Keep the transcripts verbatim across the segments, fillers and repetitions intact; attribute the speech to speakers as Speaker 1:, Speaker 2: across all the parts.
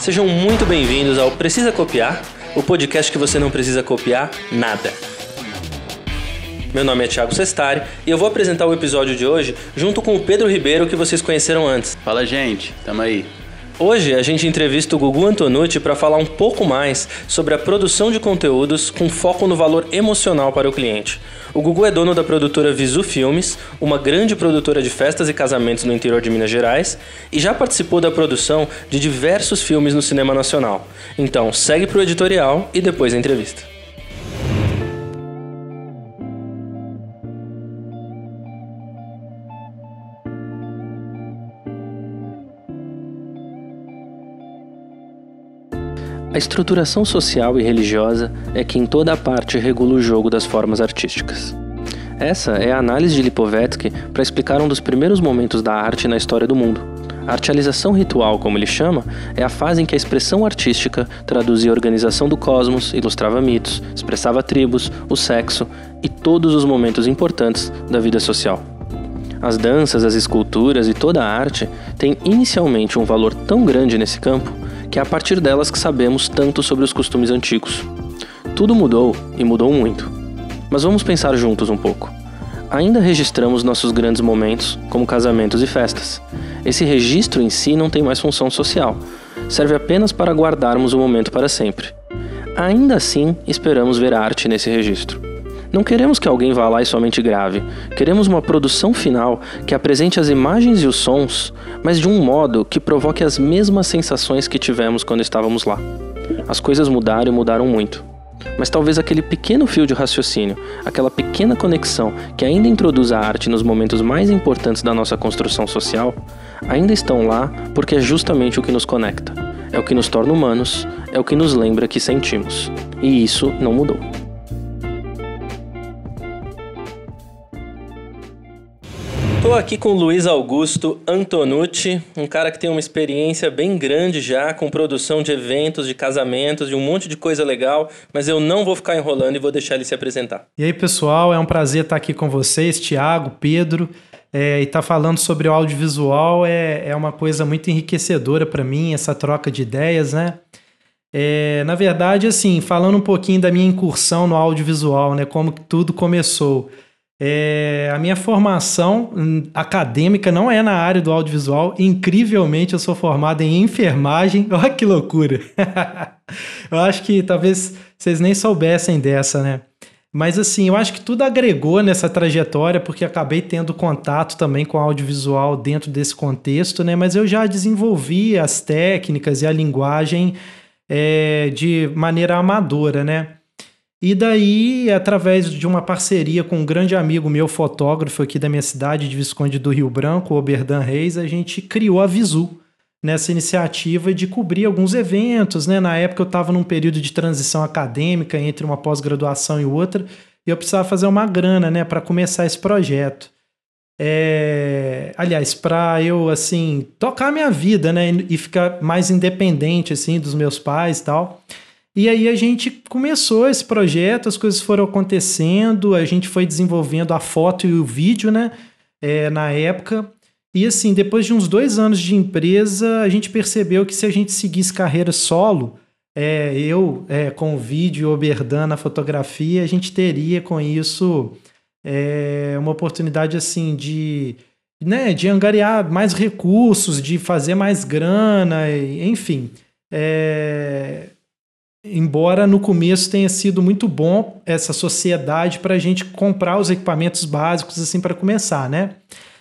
Speaker 1: Sejam muito bem-vindos ao Precisa Copiar, o podcast que você não precisa copiar nada. Meu nome é Thiago Sestari e eu vou apresentar o episódio de hoje junto com o Pedro Ribeiro, que vocês conheceram antes.
Speaker 2: Fala, gente, tamo aí.
Speaker 1: Hoje a gente entrevista o Gugu Antonucci para falar um pouco mais sobre a produção de conteúdos com foco no valor emocional para o cliente. O Gugu é dono da produtora Visu Filmes, uma grande produtora de festas e casamentos no interior de Minas Gerais, e já participou da produção de diversos filmes no cinema nacional. Então segue pro editorial e depois a entrevista. A estruturação social e religiosa é que em toda parte regula o jogo das formas artísticas. Essa é a análise de Lipovetsky para explicar um dos primeiros momentos da arte na história do mundo. A artialização ritual, como ele chama, é a fase em que a expressão artística traduzia a organização do cosmos, ilustrava mitos, expressava tribos, o sexo e todos os momentos importantes da vida social. As danças, as esculturas e toda a arte têm inicialmente um valor tão grande nesse campo que é a partir delas que sabemos tanto sobre os costumes antigos. Tudo mudou, e mudou muito. Mas vamos pensar juntos um pouco. Ainda registramos nossos grandes momentos, como casamentos e festas. Esse registro em si não tem mais função social. Serve apenas para guardarmos o momento para sempre. Ainda assim, esperamos ver arte nesse registro. Não queremos que alguém vá lá e somente grave. Queremos uma produção final que apresente as imagens e os sons, mas de um modo que provoque as mesmas sensações que tivemos quando estávamos lá. As coisas mudaram e mudaram muito. Mas talvez aquele pequeno fio de raciocínio, aquela pequena conexão que ainda introduz a arte nos momentos mais importantes da nossa construção social, ainda estão lá porque é justamente o que nos conecta. É o que nos torna humanos, é o que nos lembra que sentimos. E isso não mudou. Estou aqui com o Luiz Augusto Antonucci, um cara que tem uma experiência bem grande já com produção de eventos, de casamentos, de um monte de coisa legal, mas eu não vou ficar enrolando e vou deixar ele se apresentar.
Speaker 3: E aí, pessoal, é um prazer estar aqui com vocês, Thiago, Pedro, é, e estar falando sobre o audiovisual é, é uma coisa muito enriquecedora para mim, essa troca de ideias, né? É, na verdade, assim, falando um pouquinho da minha incursão no audiovisual, né, como que tudo começou. É, a minha formação acadêmica não é na área do audiovisual. Incrivelmente, eu sou formado em enfermagem. Olha que loucura! Eu acho que talvez vocês nem soubessem dessa, né? Mas assim, eu acho que tudo agregou nessa trajetória, porque acabei tendo contato também com audiovisual dentro desse contexto, né? Mas eu já desenvolvi as técnicas e a linguagem é, de maneira amadora, né? E daí, através de uma parceria com um grande amigo meu, fotógrafo aqui da minha cidade, de Visconde do Rio Branco, o Oberdan Reis, a gente criou a Visu, nessa iniciativa de cobrir alguns eventos, né? Na época eu estava num período de transição acadêmica entre uma pós-graduação e outra, e eu precisava fazer uma grana, né, para começar esse projeto. É... Aliás, para eu, assim, tocar a minha vida, né, e ficar mais independente, assim, dos meus pais e tal. E aí a gente começou esse projeto, as coisas foram acontecendo, a gente foi desenvolvendo a foto e o vídeo, né, é, na época. E assim, depois de uns dois anos de empresa, a gente percebeu que se a gente seguisse carreira solo, é, eu é, com o vídeo e o Oberdan na fotografia, a gente teria com isso é, uma oportunidade assim de, né, de angariar mais recursos, de fazer mais grana, enfim. É... Embora no começo tenha sido muito bom essa sociedade para a gente comprar os equipamentos básicos assim para começar, né?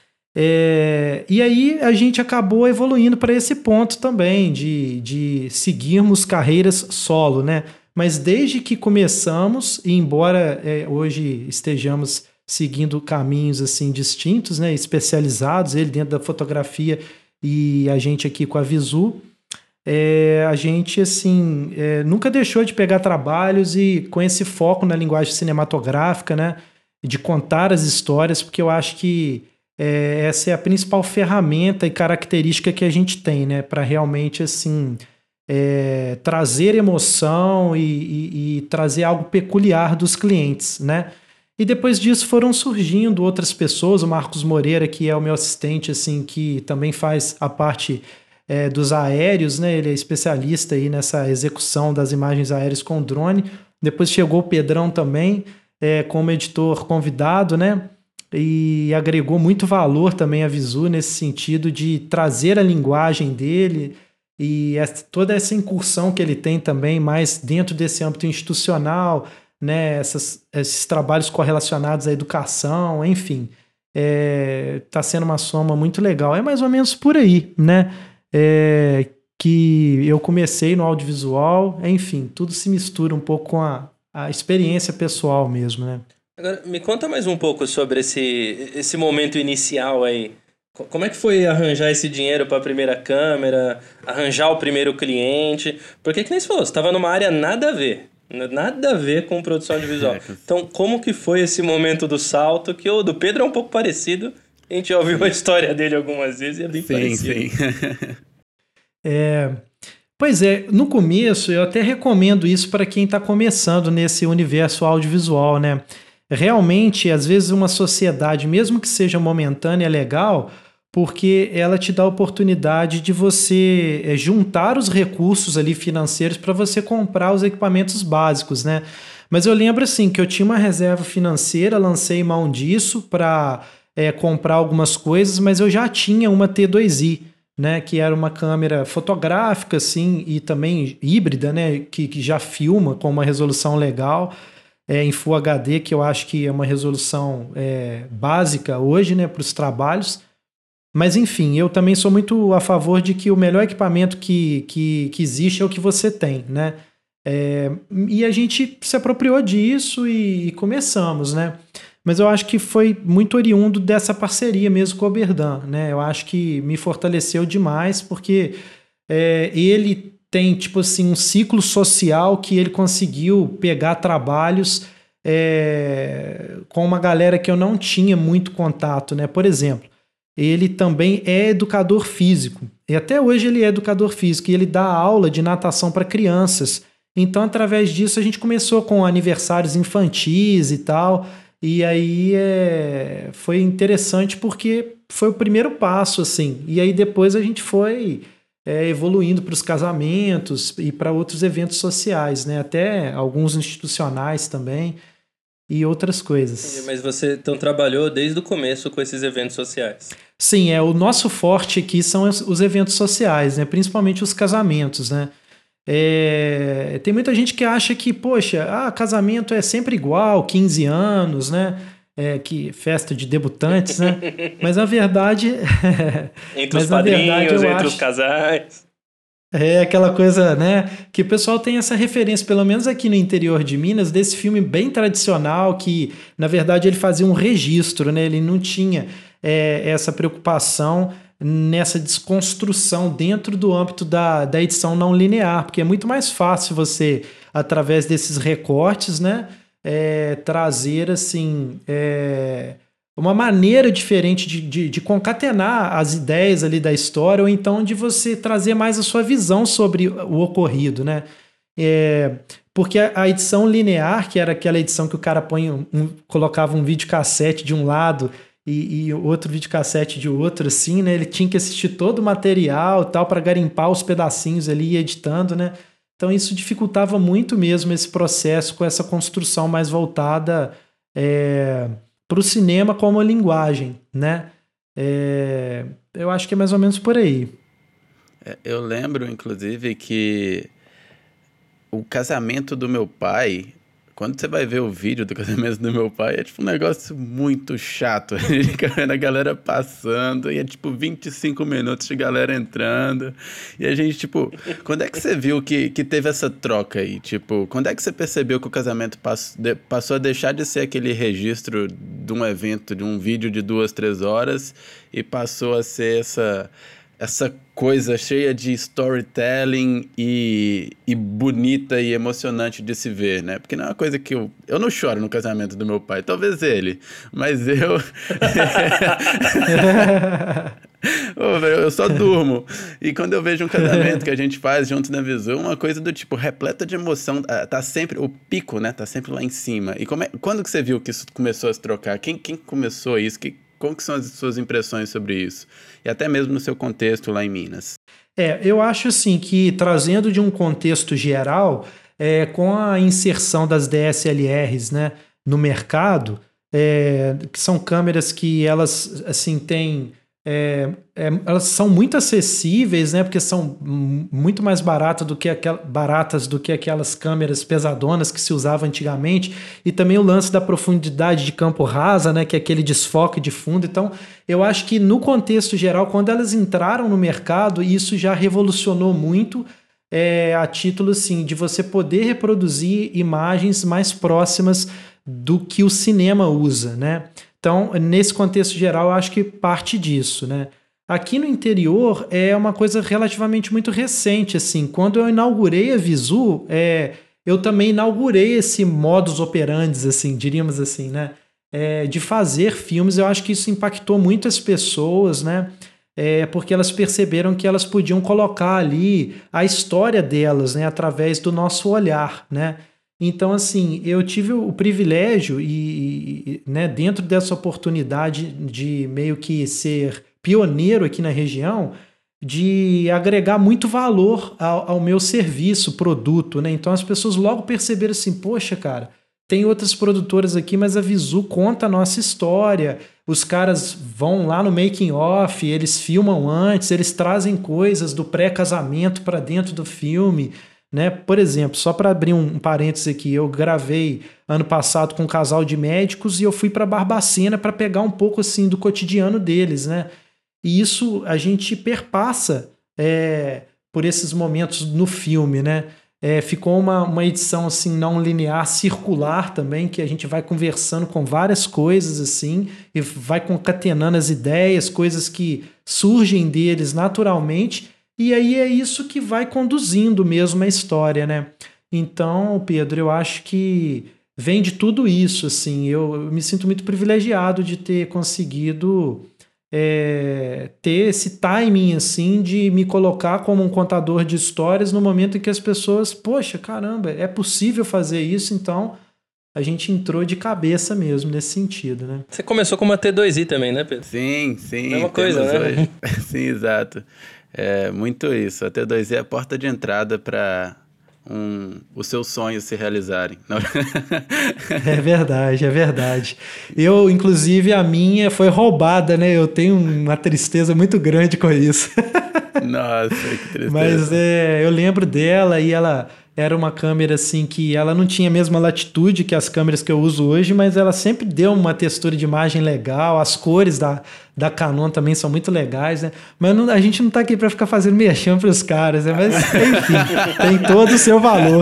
Speaker 3: É, e aí a gente acabou evoluindo para esse ponto também de, de seguirmos carreiras solo, né? Mas desde que começamos, e embora é, hoje estejamos seguindo caminhos assim distintos, né, especializados, ele dentro da fotografia e a gente aqui com a Visu, É, a gente assim é, nunca deixou de pegar trabalhos e com esse foco na linguagem cinematográfica, né, de contar as histórias, porque eu acho que é, essa é a principal ferramenta e característica que a gente tem, né, para realmente assim é, trazer emoção e, e, e trazer algo peculiar dos clientes, né? E depois disso foram surgindo outras pessoas, o Marcos Moreira, que é o meu assistente, assim, que também faz a parte é, dos aéreos, né? Ele é especialista aí nessa execução das imagens aéreas com drone. Depois chegou o Pedrão também, é, como editor convidado, né? E agregou muito valor também à Visu nesse sentido de trazer a linguagem dele e essa, toda essa incursão que ele tem também mais dentro desse âmbito institucional, né? Essas, esses trabalhos correlacionados à educação, enfim, está é, sendo uma soma muito legal. É mais ou menos por aí, né? É, que eu comecei no audiovisual, enfim, tudo se mistura um pouco com a, a experiência pessoal mesmo, né?
Speaker 1: Agora, me conta mais um pouco sobre esse, esse momento inicial aí. Como é que foi arranjar esse dinheiro para a primeira câmera, arranjar o primeiro cliente? Porque, que nem você falou, você estava numa área nada a ver. Nada a ver com produção audiovisual. Então, como que foi esse momento do salto? Que o do Pedro é um pouco parecido. A gente já ouviu a história dele algumas vezes e é bem sim, parecido. Sim, sim.
Speaker 3: é... Pois é, no começo eu até recomendo isso para quem está começando nesse universo audiovisual, né? Realmente, às vezes uma sociedade, mesmo que seja momentânea, é legal, porque ela te dá a oportunidade de você é, juntar os recursos ali financeiros para você comprar os equipamentos básicos, né? Mas eu lembro assim que eu tinha uma reserva financeira, lancei mão disso para é, comprar algumas coisas, mas eu já tinha uma T dois i, né? Que era uma câmera fotográfica, assim, e também híbrida, né? Que, que já filma com uma resolução legal. É, em Full H D, que eu acho que é uma resolução é, básica hoje, né, para os trabalhos. Mas, enfim, eu também sou muito a favor de que o melhor equipamento que, que, que existe é o que você tem, né? É, e a gente se apropriou disso e, e começamos, né? Mas eu acho que foi muito oriundo dessa parceria mesmo com o Oberdan, né? Eu acho que me fortaleceu demais, porque é, ele tem, tipo assim, um ciclo social que ele conseguiu pegar trabalhos é, com uma galera que eu não tinha muito contato, né? Por exemplo, ele também é educador físico, e até hoje ele é educador físico, e ele dá aula de natação para crianças. Então, através disso, a gente começou com aniversários infantis e tal, e aí é, foi interessante porque foi o primeiro passo, assim, e aí depois a gente foi... É, evoluindo para os casamentos e para outros eventos sociais, né? Até alguns institucionais também e outras coisas.
Speaker 1: Mas você então trabalhou desde o começo com esses eventos sociais?
Speaker 3: Sim, é, o nosso forte aqui são os, os eventos sociais, né? Principalmente os casamentos, né? É, tem muita gente que acha que, poxa, ah, casamento é sempre igual, quinze anos, né? É, que festa de debutantes, né? Mas na verdade...
Speaker 1: entre os padrinhos, entre acho, os casais...
Speaker 3: É aquela coisa, né? Que o pessoal tem essa referência, pelo menos aqui no interior de Minas, desse filme bem tradicional que, na verdade, ele fazia um registro, né? Ele não tinha é, essa preocupação nessa desconstrução dentro do âmbito da, da edição não linear, porque é muito mais fácil você, através desses recortes, né? É, trazer assim é, uma maneira diferente de, de, de concatenar as ideias ali da história, ou então de você trazer mais a sua visão sobre o ocorrido, né? É, porque a, a edição linear, que era aquela edição que o cara põe um, um, colocava um videocassete de um lado e, e outro videocassete de outro, assim, né? Ele tinha que assistir todo o material tal para garimpar os pedacinhos ali e editando, né? Então isso dificultava muito mesmo esse processo com essa construção mais voltada é, para o cinema como linguagem, né? É, eu acho que é mais ou menos por aí.
Speaker 2: Eu lembro, inclusive, que o casamento do meu pai, quando você vai ver o vídeo do casamento do meu pai, é tipo um negócio muito chato. A gente fica vendo a galera passando, e é tipo vinte e cinco minutos de galera entrando. E a gente, tipo, quando é que você viu que, que teve essa troca aí? Tipo, quando é que você percebeu que o casamento passou, de, passou a deixar de ser aquele registro de um evento, de um vídeo de duas, três horas, e passou a ser essa... essa coisa cheia de storytelling e, e bonita e emocionante de se ver, né? Porque não é uma coisa que eu... Eu não choro no casamento do meu pai, talvez ele, mas eu... eu só durmo. E quando eu vejo um casamento que a gente faz junto na Visu, uma coisa do tipo, repleta de emoção, tá sempre... O pico, né? Tá sempre lá em cima. E como é, quando que você viu que isso começou a se trocar? Quem, quem começou isso? Que, Como que são as suas impressões sobre isso? E até mesmo no seu contexto lá em Minas.
Speaker 3: É, eu acho assim que, trazendo de um contexto geral, é, com a inserção das D S L Rs, né, no mercado, é, que são câmeras que elas assim têm. É, é, elas são muito acessíveis, né? Porque são muito mais baratas do que aquel, baratas do que aquelas câmeras pesadonas que se usavam antigamente, e também o lance da profundidade de campo rasa, né? Que é aquele desfoque de fundo. Então, eu acho que no contexto geral, quando elas entraram no mercado, isso já revolucionou muito, é, a título assim, de você poder reproduzir imagens mais próximas do que o cinema usa, né? Então, nesse contexto geral, eu acho que parte disso, né? Aqui no interior é uma coisa relativamente muito recente, assim. Quando eu inaugurei a Visu, é, eu também inaugurei esse modus operandi, assim, diríamos assim, né? É, de fazer filmes. Eu acho que isso impactou muito as pessoas, né? É, porque elas perceberam que elas podiam colocar ali a história delas, né? Através do nosso olhar, né? Então, assim, eu tive o privilégio e, e né, dentro dessa oportunidade de meio que ser pioneiro aqui na região, de agregar muito valor ao, ao meu serviço, produto, né? Então as pessoas logo perceberam assim, poxa, cara, tem outras produtoras aqui, mas a Visu conta a nossa história, os caras vão lá no making off, eles filmam antes, eles trazem coisas do pré-casamento para dentro do filme, né? Por exemplo, só para abrir um parênteses aqui, eu gravei ano passado com um casal de médicos e eu fui para Barbacena para pegar um pouco assim do cotidiano deles, né? E isso a gente perpassa é, por esses momentos no filme, né? É, ficou uma, uma edição assim não linear, circular também, que a gente vai conversando com várias coisas assim e vai concatenando as ideias, coisas que surgem deles naturalmente. E aí é isso que vai conduzindo mesmo a história, né? Então, Pedro, eu acho que vem de tudo isso, assim. Eu, eu me sinto muito privilegiado de ter conseguido é, ter esse timing, assim, de me colocar como um contador de histórias no momento em que as pessoas, poxa, caramba, é possível fazer isso, então a gente entrou de cabeça mesmo nesse sentido, né?
Speaker 1: Você começou com uma T dois i também, né, Pedro?
Speaker 2: Sim, sim.
Speaker 1: Mesma coisa, né?
Speaker 2: Hoje. Sim, exato. É muito isso. A T dois i é a porta de entrada para um, os seus sonhos se realizarem.
Speaker 3: É verdade, é verdade. Eu, inclusive, a minha foi roubada, né? Eu tenho uma tristeza muito grande com isso.
Speaker 2: Nossa, que tristeza.
Speaker 3: Mas é, eu lembro dela e ela era uma câmera assim que ela não tinha a mesma latitude que as câmeras que eu uso hoje, mas ela sempre deu uma textura de imagem legal, as cores da, da Canon também são muito legais, né? Mas não, a gente não tá aqui para ficar fazendo merchan para os caras, né? Mas enfim, tem todo o seu valor.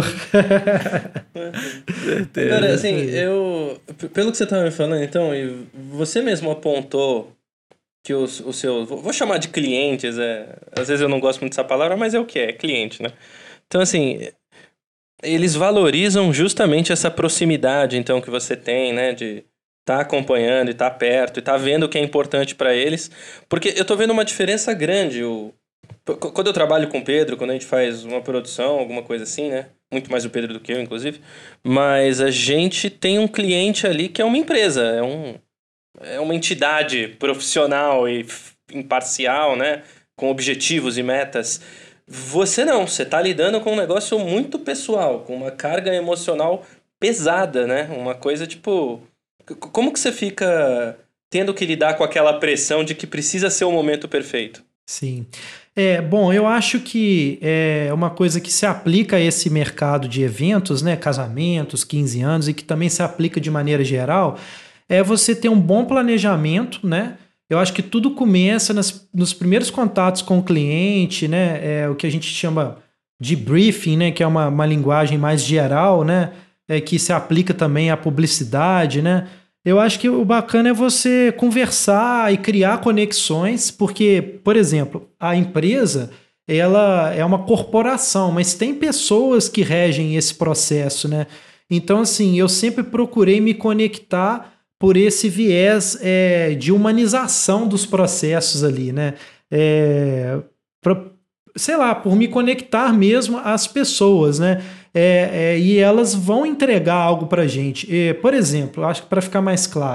Speaker 1: Agora, assim, eu... Pelo que você estava me falando, então, e você mesmo apontou que os, os seus... Vou chamar de clientes, é, às vezes eu não gosto muito dessa palavra, mas é o que é, é cliente, né? Então, assim... Eles valorizam justamente essa proximidade, então, que você tem, né? De estar tá acompanhando e estar tá perto e estar tá vendo o que é importante para eles. Porque eu tô vendo uma diferença grande. O... Quando eu trabalho com o Pedro, quando a gente faz uma produção, alguma coisa assim, né? Muito mais o Pedro do que eu, inclusive. Mas a gente tem um cliente ali que é uma empresa. É, um... é uma entidade profissional e imparcial, né? Com objetivos e metas. Você não, você tá lidando com um negócio muito pessoal, com uma carga emocional pesada, né? Uma coisa tipo... Como que você fica tendo que lidar com aquela pressão de que precisa ser o momento perfeito?
Speaker 3: Sim. É, bom, eu acho que é uma coisa que se aplica a esse mercado de eventos, né? Casamentos, quinze anos, e que também se aplica de maneira geral, é você ter um bom planejamento, né? Eu acho que tudo começa nas, nos primeiros contatos com o cliente, né? É o que a gente chama de briefing, né? Que é uma, uma linguagem mais geral, né? É, que se aplica também à publicidade, né? Eu acho que o bacana é você conversar e criar conexões, porque, por exemplo, a empresa ela é uma corporação, mas tem pessoas que regem esse processo, né? Então, assim, eu sempre procurei me conectar por esse viés é, de humanização dos processos ali, né? É, pra, sei lá, por me conectar mesmo às pessoas, né? É, é, e elas vão entregar algo pra gente. É, por exemplo, acho que para ficar mais claro,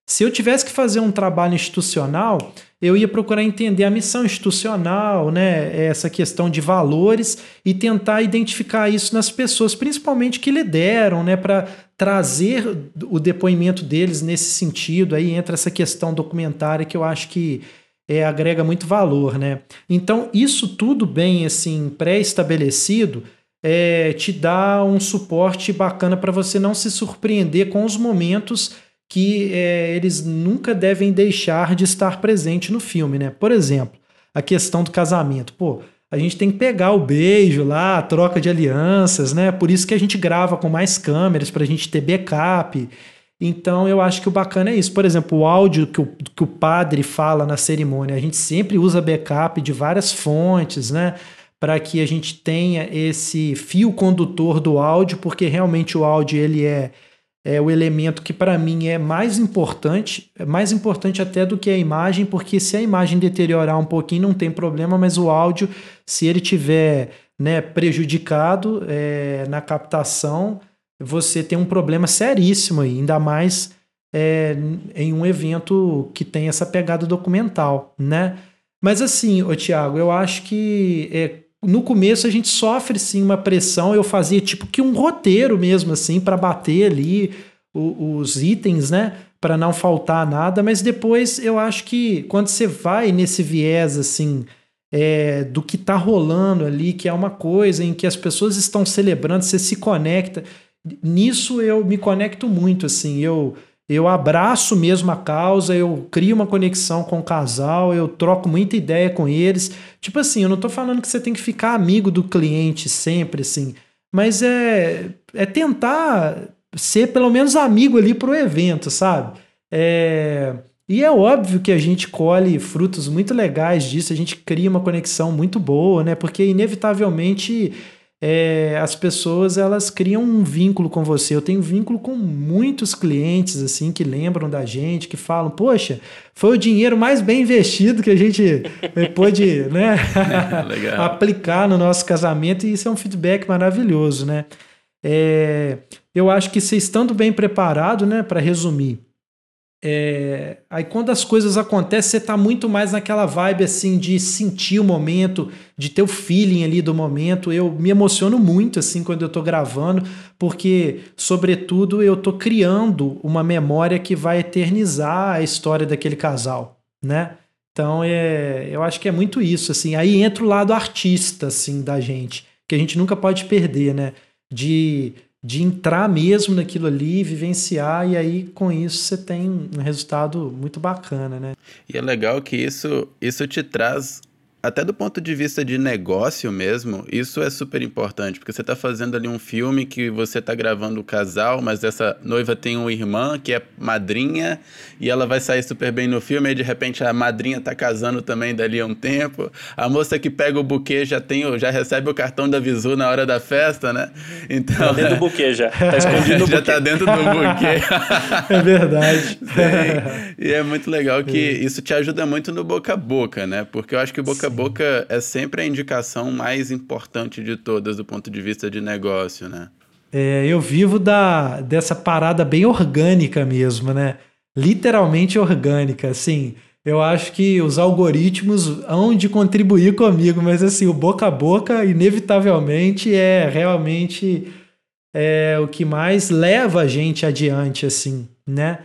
Speaker 3: Se eu tivesse que fazer um trabalho institucional, eu ia procurar entender a missão institucional, né, essa questão de valores e tentar identificar isso nas pessoas, principalmente que lideram, né, para trazer o depoimento deles nesse sentido. Aí entra essa questão documentária que eu acho que é, agrega muito valor, né? Então, isso tudo bem assim pré-estabelecido é, te dá um suporte bacana para você não se surpreender com os momentos que é, eles nunca devem deixar de estar presente no filme, né? Por exemplo, a questão do casamento. Pô, a gente tem que pegar o beijo lá, a troca de alianças, né? Por isso que a gente grava com mais câmeras, para a gente ter backup. Então, eu acho que o bacana é isso. Por exemplo, o áudio que o, que o padre fala na cerimônia, a gente sempre usa backup de várias fontes, né? Para que a gente tenha esse fio condutor do áudio, porque realmente o áudio ele é É o elemento que para mim é mais importante, é mais importante até do que a imagem, porque se a imagem deteriorar um pouquinho não tem problema, mas o áudio, se ele tiver, né, prejudicado é, na captação, você tem um problema seríssimo aí, ainda mais é, em um evento que tem essa pegada documental, né? Mas assim, ô Thiago, eu acho que é, no começo a gente sofre sim uma pressão. Eu fazia tipo que um roteiro mesmo assim para bater ali o, os itens, né, para não faltar nada, mas depois eu acho que quando você vai nesse viés assim é, do que tá rolando ali, que é uma coisa em que as pessoas estão celebrando, você se conecta, nisso eu me conecto muito assim, eu Eu abraço mesmo a causa, eu crio uma conexão com o casal, eu troco muita ideia com eles. Tipo assim, eu não tô falando que você tem que ficar amigo do cliente sempre, assim, mas é, é tentar ser pelo menos amigo ali pro evento, sabe? É, e é óbvio que a gente colhe frutos muito legais disso, a gente cria uma conexão muito boa, né? Porque inevitavelmente É, as pessoas elas criam um vínculo com você. Eu tenho vínculo com muitos clientes assim que lembram da gente, que falam, poxa, foi o dinheiro mais bem investido que a gente pôde, né, aplicar no nosso casamento, e isso é um feedback maravilhoso, né? É, eu acho que você estando bem preparado, né, para resumir, É, aí quando as coisas acontecem, você tá muito mais naquela vibe assim de sentir o momento, de ter o feeling ali do momento. Eu me emociono muito assim quando eu tô gravando, porque sobretudo eu tô criando uma memória que vai eternizar a história daquele casal, né? Então é, eu acho que é muito isso assim. Aí entra o lado artista assim da gente, que a gente nunca pode perder, né? De de entrar mesmo naquilo ali, vivenciar, e aí com isso você tem um resultado muito bacana, né?
Speaker 2: E é legal que isso, isso te traz, até do ponto de vista de negócio mesmo, isso é super importante, porque você está fazendo ali um filme que você está gravando o casal, mas essa noiva tem uma irmã que é madrinha, e ela vai sair super bem no filme, e de repente a madrinha está casando também dali a um tempo, a moça que pega o buquê já, tem, já recebe o cartão da Visu na hora da festa, né?
Speaker 1: Então, tá dentro do buquê já, tá escondido no
Speaker 2: já
Speaker 1: buquê.
Speaker 2: Já tá dentro do buquê.
Speaker 3: É verdade.
Speaker 2: Sim. E é muito legal que é. Isso te ajuda muito no boca a boca, né? Porque eu acho que o boca a boca é sempre a indicação mais importante de todas do ponto de vista de negócio, né?
Speaker 3: É, eu vivo da, dessa parada bem orgânica mesmo, né? Literalmente orgânica, assim. Eu acho que os algoritmos hão de contribuir comigo, mas assim, o boca a boca, inevitavelmente, é realmente é, o que mais leva a gente adiante, assim, né?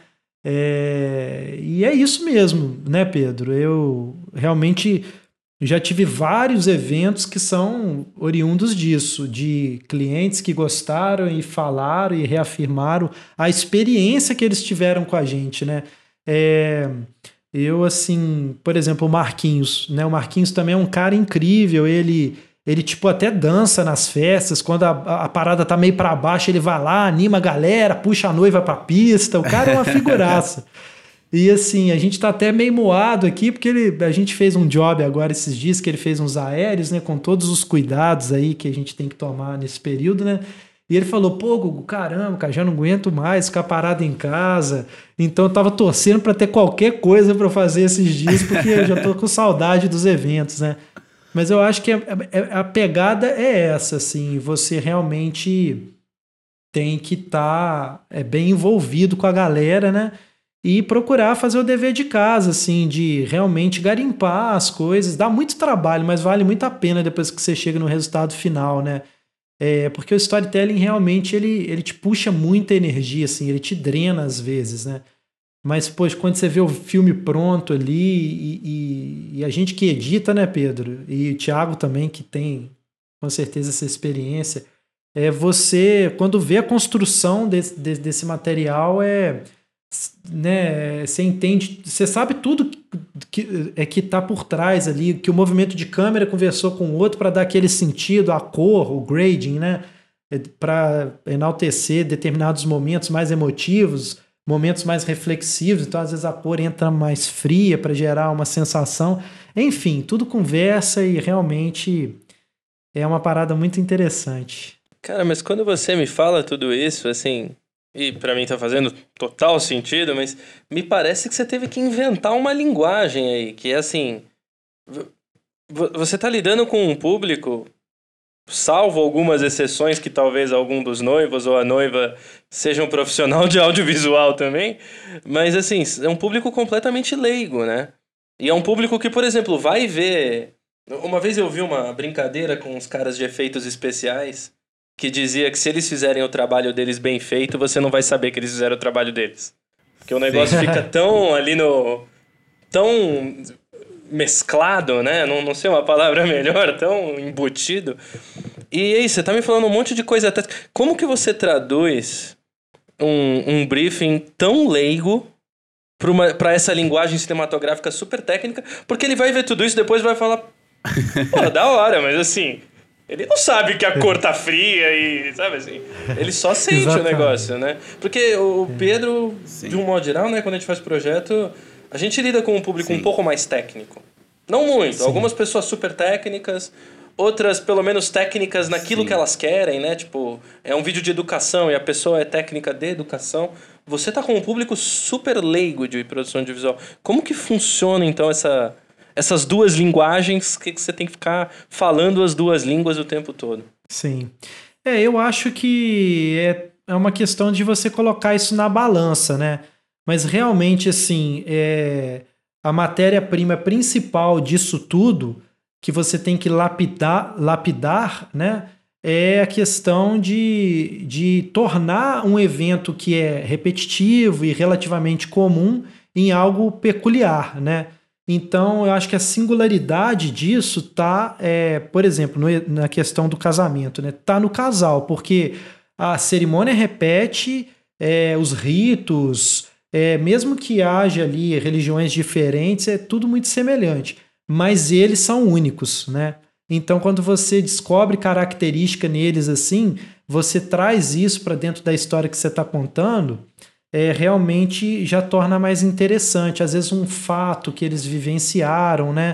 Speaker 3: É, e é isso mesmo, né, Pedro? Eu realmente já tive vários eventos que são oriundos disso, de clientes que gostaram e falaram e reafirmaram a experiência que eles tiveram com a gente, né? É, eu, assim, por exemplo, o Marquinhos, né? O Marquinhos também é um cara incrível, ele, ele tipo, até dança nas festas, quando a, a parada tá meio para baixo, ele vai lá, anima a galera, puxa a noiva pra pista, o cara é uma figuraça. E assim, a gente tá até meio moado aqui, porque ele, a gente fez um job agora esses dias, que ele fez uns aéreos, né, com todos os cuidados aí que a gente tem que tomar nesse período, né? E ele falou, pô, Gugu, caramba, cara, já não aguento mais ficar parado em casa. Então eu tava torcendo para ter qualquer coisa para fazer esses dias, porque eu já tô com saudade dos eventos, né? Mas eu acho que a, a, a pegada é essa, assim, você realmente tem que estar tá, é, bem envolvido com a galera, né? e procurar fazer o dever de casa, assim, de realmente garimpar as coisas. Dá muito trabalho, mas vale muito a pena depois que você chega no resultado final, né? É, porque o storytelling realmente ele, ele te puxa muita energia, assim, ele te drena às vezes, né? Mas, pois, quando você vê o filme pronto ali, e, e, e a gente que edita, né, Pedro? E o Thiago também, que tem com certeza essa experiência, é você, quando vê a construção desse, desse, desse material, é, né, você entende, você sabe tudo que é que está por trás ali, que o movimento de câmera conversou com o outro para dar aquele sentido, a cor, o grading, né, para enaltecer determinados momentos mais emotivos, momentos mais reflexivos, então às vezes a cor entra mais fria para gerar uma sensação. Enfim, tudo conversa e realmente é uma parada muito interessante.
Speaker 1: Cara, mas quando você me fala tudo isso, assim, e pra mim tá fazendo total sentido, mas me parece que você teve que inventar uma linguagem aí, que é assim, você tá lidando com um público, salvo algumas exceções que talvez algum dos noivos ou a noiva seja um profissional de audiovisual também, mas assim, é um público completamente leigo, né? E é um público que, por exemplo, vai ver... Uma vez eu vi uma brincadeira com uns caras de efeitos especiais que dizia que se eles fizerem o trabalho deles bem feito, você não vai saber que eles fizeram o trabalho deles. Porque o negócio Sim. fica tão ali no... tão mesclado, né? Não, não sei uma palavra melhor, tão embutido. E aí, você tá me falando um monte de coisa. Como que você traduz um, um briefing tão leigo pra, uma, pra essa linguagem cinematográfica super técnica? Porque ele vai ver tudo isso e depois vai falar... Pô, da hora, mas assim... Ele não sabe que a cor tá fria e... Sabe assim? Ele só sente Exatamente. O negócio, né? Porque o Pedro, Sim. de um modo geral, né? Quando a gente faz projeto... A gente lida com um público Sim. um pouco mais técnico. Não muito. Sim. Algumas pessoas super técnicas, outras pelo menos técnicas naquilo Sim. que elas querem, né? Tipo, é um vídeo de educação e a pessoa é técnica de educação. Você tá com um público super leigo de produção de visual. Como que funciona, então, essa, essas duas linguagens que você tem que ficar falando as duas línguas o tempo todo?
Speaker 3: Sim. É, eu acho que é, é uma questão de você colocar isso na balança, né? Mas realmente, assim, é, a matéria-prima principal disso tudo, que você tem que lapidar, lapidar, né, é a questão de, de tornar um evento que é repetitivo e relativamente comum em algo peculiar, né? Então, eu acho que a singularidade disso tá, é, por exemplo, no, na questão do casamento, né? Tá no casal, porque a cerimônia repete, é, os ritos... É, mesmo que haja ali religiões diferentes, é tudo muito semelhante, mas eles são únicos, né? Então, quando você descobre característica neles assim, você traz isso para dentro da história que você está contando, é, realmente já torna mais interessante. Às vezes um fato que eles vivenciaram, né?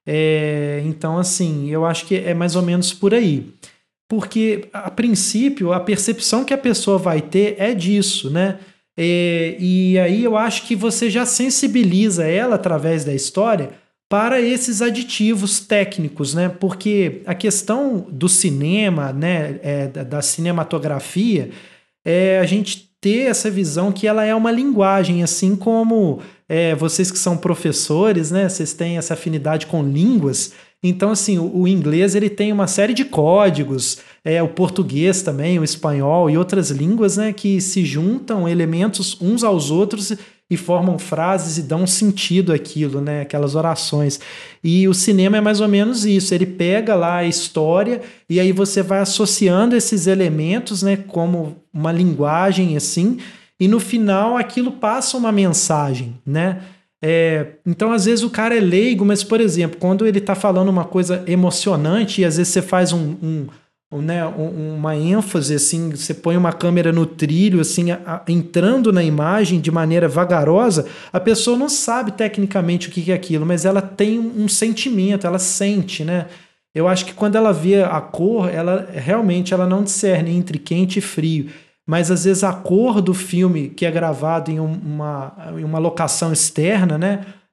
Speaker 3: É, então, assim, eu acho que é mais ou menos por aí. Porque, a princípio, a percepção que a pessoa vai ter é disso, né? É, e aí eu acho que você já sensibiliza ela através da história para esses aditivos técnicos, né? Porque a questão do cinema, né, é, da, da cinematografia, é a gente ter essa visão que ela é uma linguagem, assim como é, vocês que são professores, né, vocês têm essa afinidade com línguas. Então, assim, o, o inglês ele tem uma série de códigos, é, o português também, o espanhol e outras línguas, né, que se juntam elementos uns aos outros e formam frases e dão sentido àquilo, né, aquelas orações. E o cinema é mais ou menos isso, ele pega lá a história e aí você vai associando esses elementos, né, como uma linguagem assim, e no final aquilo passa uma mensagem, né? É, então, às vezes, o cara é leigo, mas, por exemplo, quando ele está falando uma coisa emocionante e às vezes você faz um, um, um, né, um, uma ênfase, assim, você põe uma câmera no trilho, assim, a, a, entrando na imagem de maneira vagarosa, a pessoa não sabe tecnicamente o que, que é aquilo, mas ela tem um, um sentimento, ela sente, né? Eu acho que quando ela vê a cor, ela realmente ela não discerne entre quente e frio. Mas às vezes a cor do filme que é gravado em uma, em uma locação externa, né,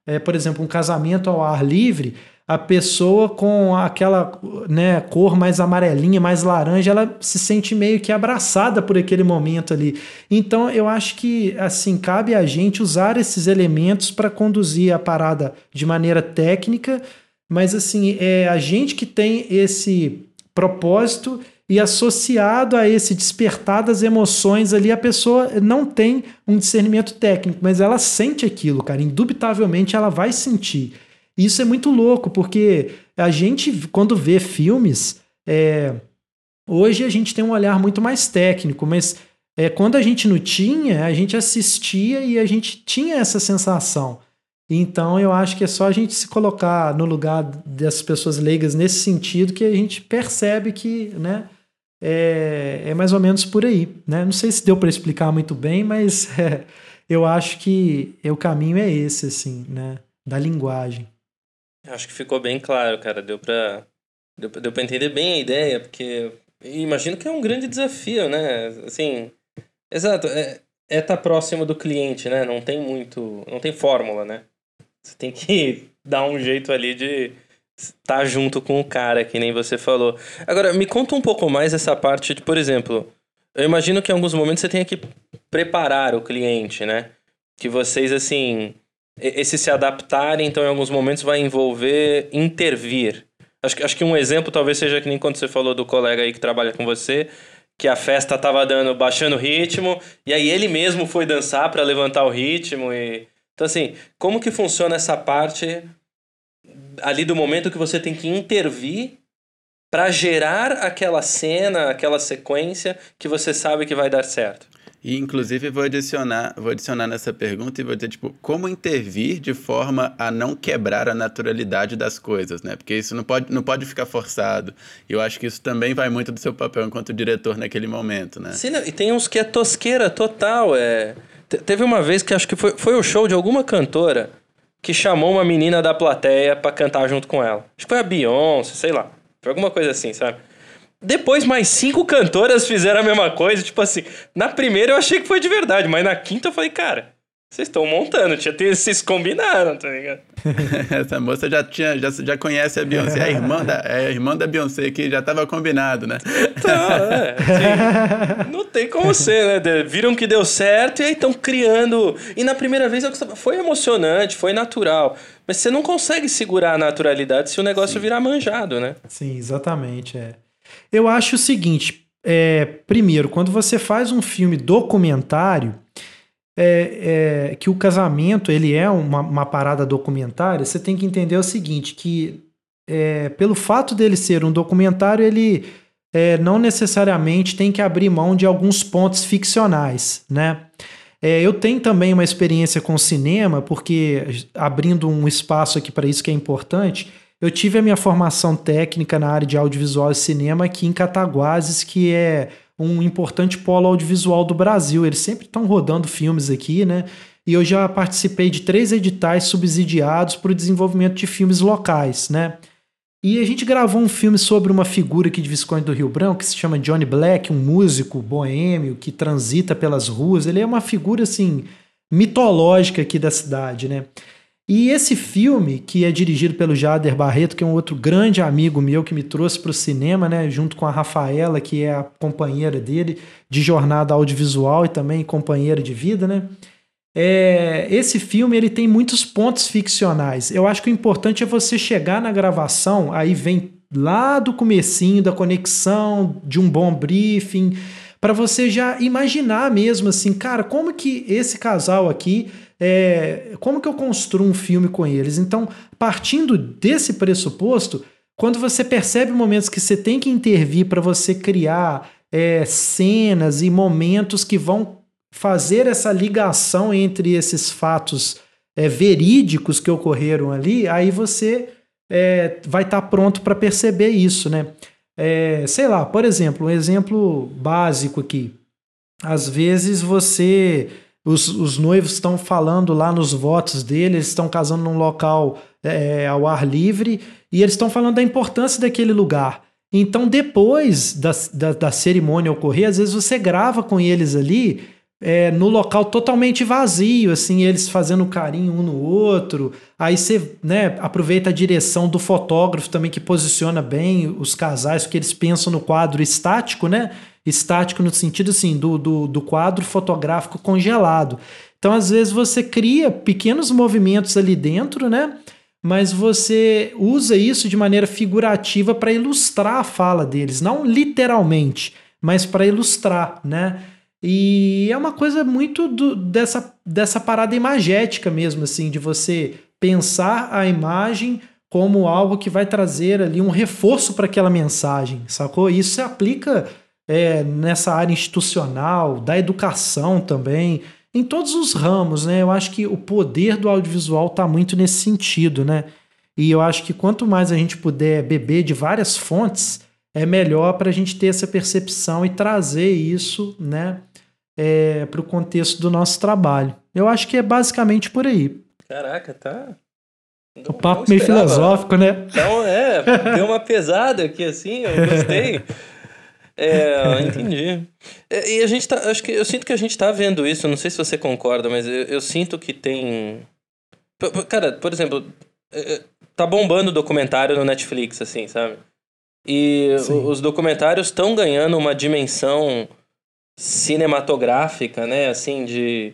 Speaker 3: é, por exemplo, um casamento ao ar livre, a pessoa com aquela, né, cor mais amarelinha, mais laranja, ela se sente meio que abraçada por aquele momento ali. Então eu acho que assim cabe a gente usar esses elementos para conduzir a parada de maneira técnica, mas assim é a gente que tem esse propósito e associado a esse despertar das emoções ali, a pessoa não tem um discernimento técnico, mas ela sente aquilo, cara, indubitavelmente ela vai sentir. Isso é muito louco, porque a gente, quando vê filmes, é, hoje a gente tem um olhar muito mais técnico, mas é, quando a gente não tinha, a gente assistia e a gente tinha essa sensação. Então eu acho que é só a gente se colocar no lugar dessas pessoas leigas nesse sentido que a gente percebe que, né, é, é mais ou menos por aí, né? Não sei se deu para explicar muito bem, mas é, eu acho que é, o caminho é esse, assim, né, da linguagem.
Speaker 1: Acho que ficou bem claro, cara. Deu pra, deu, deu pra entender bem a ideia, porque imagino que é um grande desafio, né? Assim, exato, é é estar próximo do cliente, né? Não tem muito, não tem fórmula, né? Você tem que dar um jeito ali de estar junto com o cara, que nem você falou. Agora, me conta um pouco mais essa parte de, por exemplo, eu imagino que em alguns momentos você tenha que preparar o cliente, né? Que vocês, assim... Esse se adaptar, então, em alguns momentos vai envolver intervir. Acho que, acho que um exemplo talvez seja que nem quando você falou do colega aí que trabalha com você, que a festa estava dando, baixando o ritmo, e aí ele mesmo foi dançar para levantar o ritmo. E... Então, assim, como que funciona essa parte ali do momento que você tem que intervir para gerar aquela cena, aquela sequência que você sabe que vai dar certo?
Speaker 2: E, inclusive, vou adicionar, vou adicionar nessa pergunta e vou dizer, tipo, como intervir de forma a não quebrar a naturalidade das coisas, né? Porque isso não pode, não pode ficar forçado. E eu acho que isso também vai muito do seu papel enquanto diretor naquele momento, né?
Speaker 1: Sim, e tem uns que é tosqueira total. É... Teve uma vez que acho que foi, foi o show de alguma cantora que chamou uma menina da plateia pra cantar junto com ela. Acho que foi a Beyoncé, sei lá. Foi alguma coisa assim, sabe? Depois mais cinco cantoras fizeram a mesma coisa, tipo assim, na primeira eu achei que foi de verdade, mas na quinta eu falei, cara, vocês estão montando, tinha, vocês combinaram, tá ligado?
Speaker 2: Essa moça já, tinha, já, já conhece a Beyoncé, é a irmã da, é a irmã da Beyoncé, que já tava combinado, né?
Speaker 1: Então, é, assim, não tem como ser, né? Viram que deu certo e aí estão criando. E na primeira vez foi emocionante, foi natural. Mas você não consegue segurar a naturalidade se o negócio Sim. virar manjado, né?
Speaker 3: Sim, exatamente, é. Eu acho o seguinte, é, primeiro, quando você faz um filme documentário, é, é, que o casamento ele é uma, uma parada documentária, você tem que entender o seguinte, que é, pelo fato dele ser um documentário, ele é, não necessariamente tem que abrir mão de alguns pontos ficcionais, né? É, eu tenho também uma experiência com cinema, porque abrindo um espaço aqui para isso que é importante... Eu tive a minha formação técnica na área de audiovisual e cinema aqui em Cataguases, que é um importante polo audiovisual do Brasil. Eles sempre estão rodando filmes aqui, né? E eu já participei de três editais subsidiados para o desenvolvimento de filmes locais, né? E a gente gravou um filme sobre uma figura aqui de Visconde do Rio Branco, que se chama Johnny Black, um músico boêmio que transita pelas ruas. Ele é uma figura, assim, mitológica aqui da cidade, né? E esse filme, que é dirigido pelo Jader Barreto, que é um outro grande amigo meu que me trouxe para o cinema, né, junto com a Rafaela, que é a companheira dele de jornada audiovisual e também companheira de vida, né? É, esse filme ele tem muitos pontos ficcionais. Eu acho que o importante é você chegar na gravação, aí vem lá do comecinho da conexão, de um bom briefing, para você já imaginar mesmo assim, cara, como que esse casal aqui... É, como que eu construo um filme com eles? Então, partindo desse pressuposto, quando você percebe momentos que você tem que intervir para você criar é, cenas e momentos que vão fazer essa ligação entre esses fatos é, verídicos que ocorreram ali, aí você é, vai estar tá pronto para perceber isso, né? É, sei lá, por exemplo, um exemplo básico aqui. Às vezes você... Os, os noivos estão falando lá nos votos deles, eles estão casando num local é, ao ar livre e eles estão falando da importância daquele lugar. Então, depois da, da, da cerimônia ocorrer, às vezes você grava com eles ali é, no local totalmente vazio, assim, eles fazendo carinho um no outro. Aí você, né, aproveita a direção do fotógrafo também, que posiciona bem os casais, porque eles pensam no quadro estático, né? Estático no sentido, assim, do, do, do quadro fotográfico congelado. Então, às vezes, você cria pequenos movimentos ali dentro, né? Mas você usa isso de maneira figurativa para ilustrar a fala deles, não literalmente, mas para ilustrar, né? E é uma coisa muito do, dessa, dessa parada imagética mesmo, assim, de você pensar a imagem como algo que vai trazer ali um reforço para aquela mensagem, sacou? Isso se aplica é, nessa área institucional, da educação também, em todos os ramos, né? Eu acho que o poder do audiovisual está muito nesse sentido, né? E eu acho que quanto mais a gente puder beber de várias fontes, é melhor para a gente ter essa percepção e trazer isso, né, é, para o contexto do nosso trabalho. Eu acho que é basicamente por aí.
Speaker 1: Caraca, tá... Não,
Speaker 3: o papo meio filosófico, né?
Speaker 1: Então, é, deu uma pesada aqui, assim, eu gostei. É, entendi. E a gente tá, acho que eu sinto que a gente tá vendo isso, não sei se você concorda, mas eu, eu sinto que tem... Cara, por exemplo, tá bombando documentário no Netflix, assim, sabe? E Sim. os documentários estão ganhando uma dimensão cinematográfica, né? Assim, de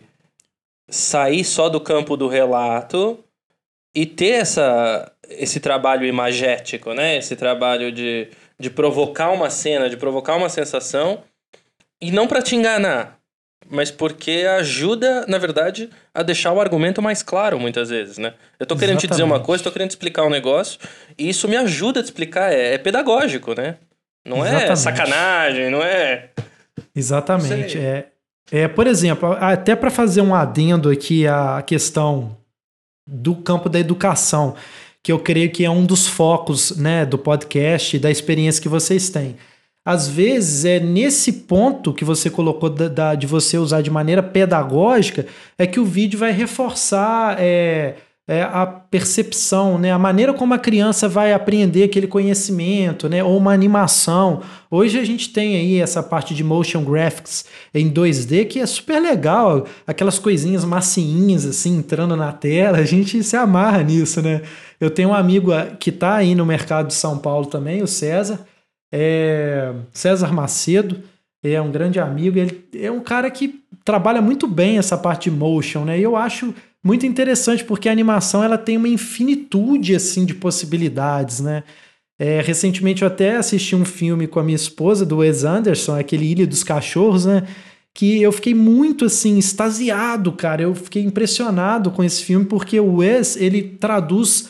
Speaker 1: sair só do campo do relato e ter essa, esse trabalho imagético, né? Esse trabalho de, de provocar uma cena, de provocar uma sensação, e não para te enganar, mas porque ajuda, na verdade, a deixar o argumento mais claro, muitas vezes, né? Eu tô querendo Exatamente. te dizer uma coisa, tô querendo te explicar um negócio, e isso me ajuda a te explicar, é, é pedagógico, né? Não Exatamente. é sacanagem, não é...
Speaker 3: Exatamente. É, é, por exemplo, até para fazer um adendo aqui à questão do campo da educação, que eu creio que é um dos focos, né, do podcast e da experiência que vocês têm. Às vezes, é nesse ponto que você colocou da, da, de você usar de maneira pedagógica, é que o vídeo vai reforçar é, é, a percepção, né? A maneira como a criança vai aprender aquele conhecimento, né? Ou uma animação. Hoje a gente tem aí essa parte de motion graphics em dois D que é super legal, aquelas coisinhas massinhas assim entrando na tela, a gente se amarra nisso, né? Eu tenho um amigo que está aí no mercado de São Paulo também, o César, É, César Macedo, é um grande amigo, ele é um cara que trabalha muito bem essa parte de motion, né? E eu acho muito interessante porque a animação ela tem uma infinitude assim de possibilidades, né? É, recentemente eu até assisti um filme com a minha esposa do Wes Anderson, aquele Ilha dos Cachorros, né? Que eu fiquei muito assim extasiado, cara. Eu fiquei impressionado com esse filme porque o Wes ele traduz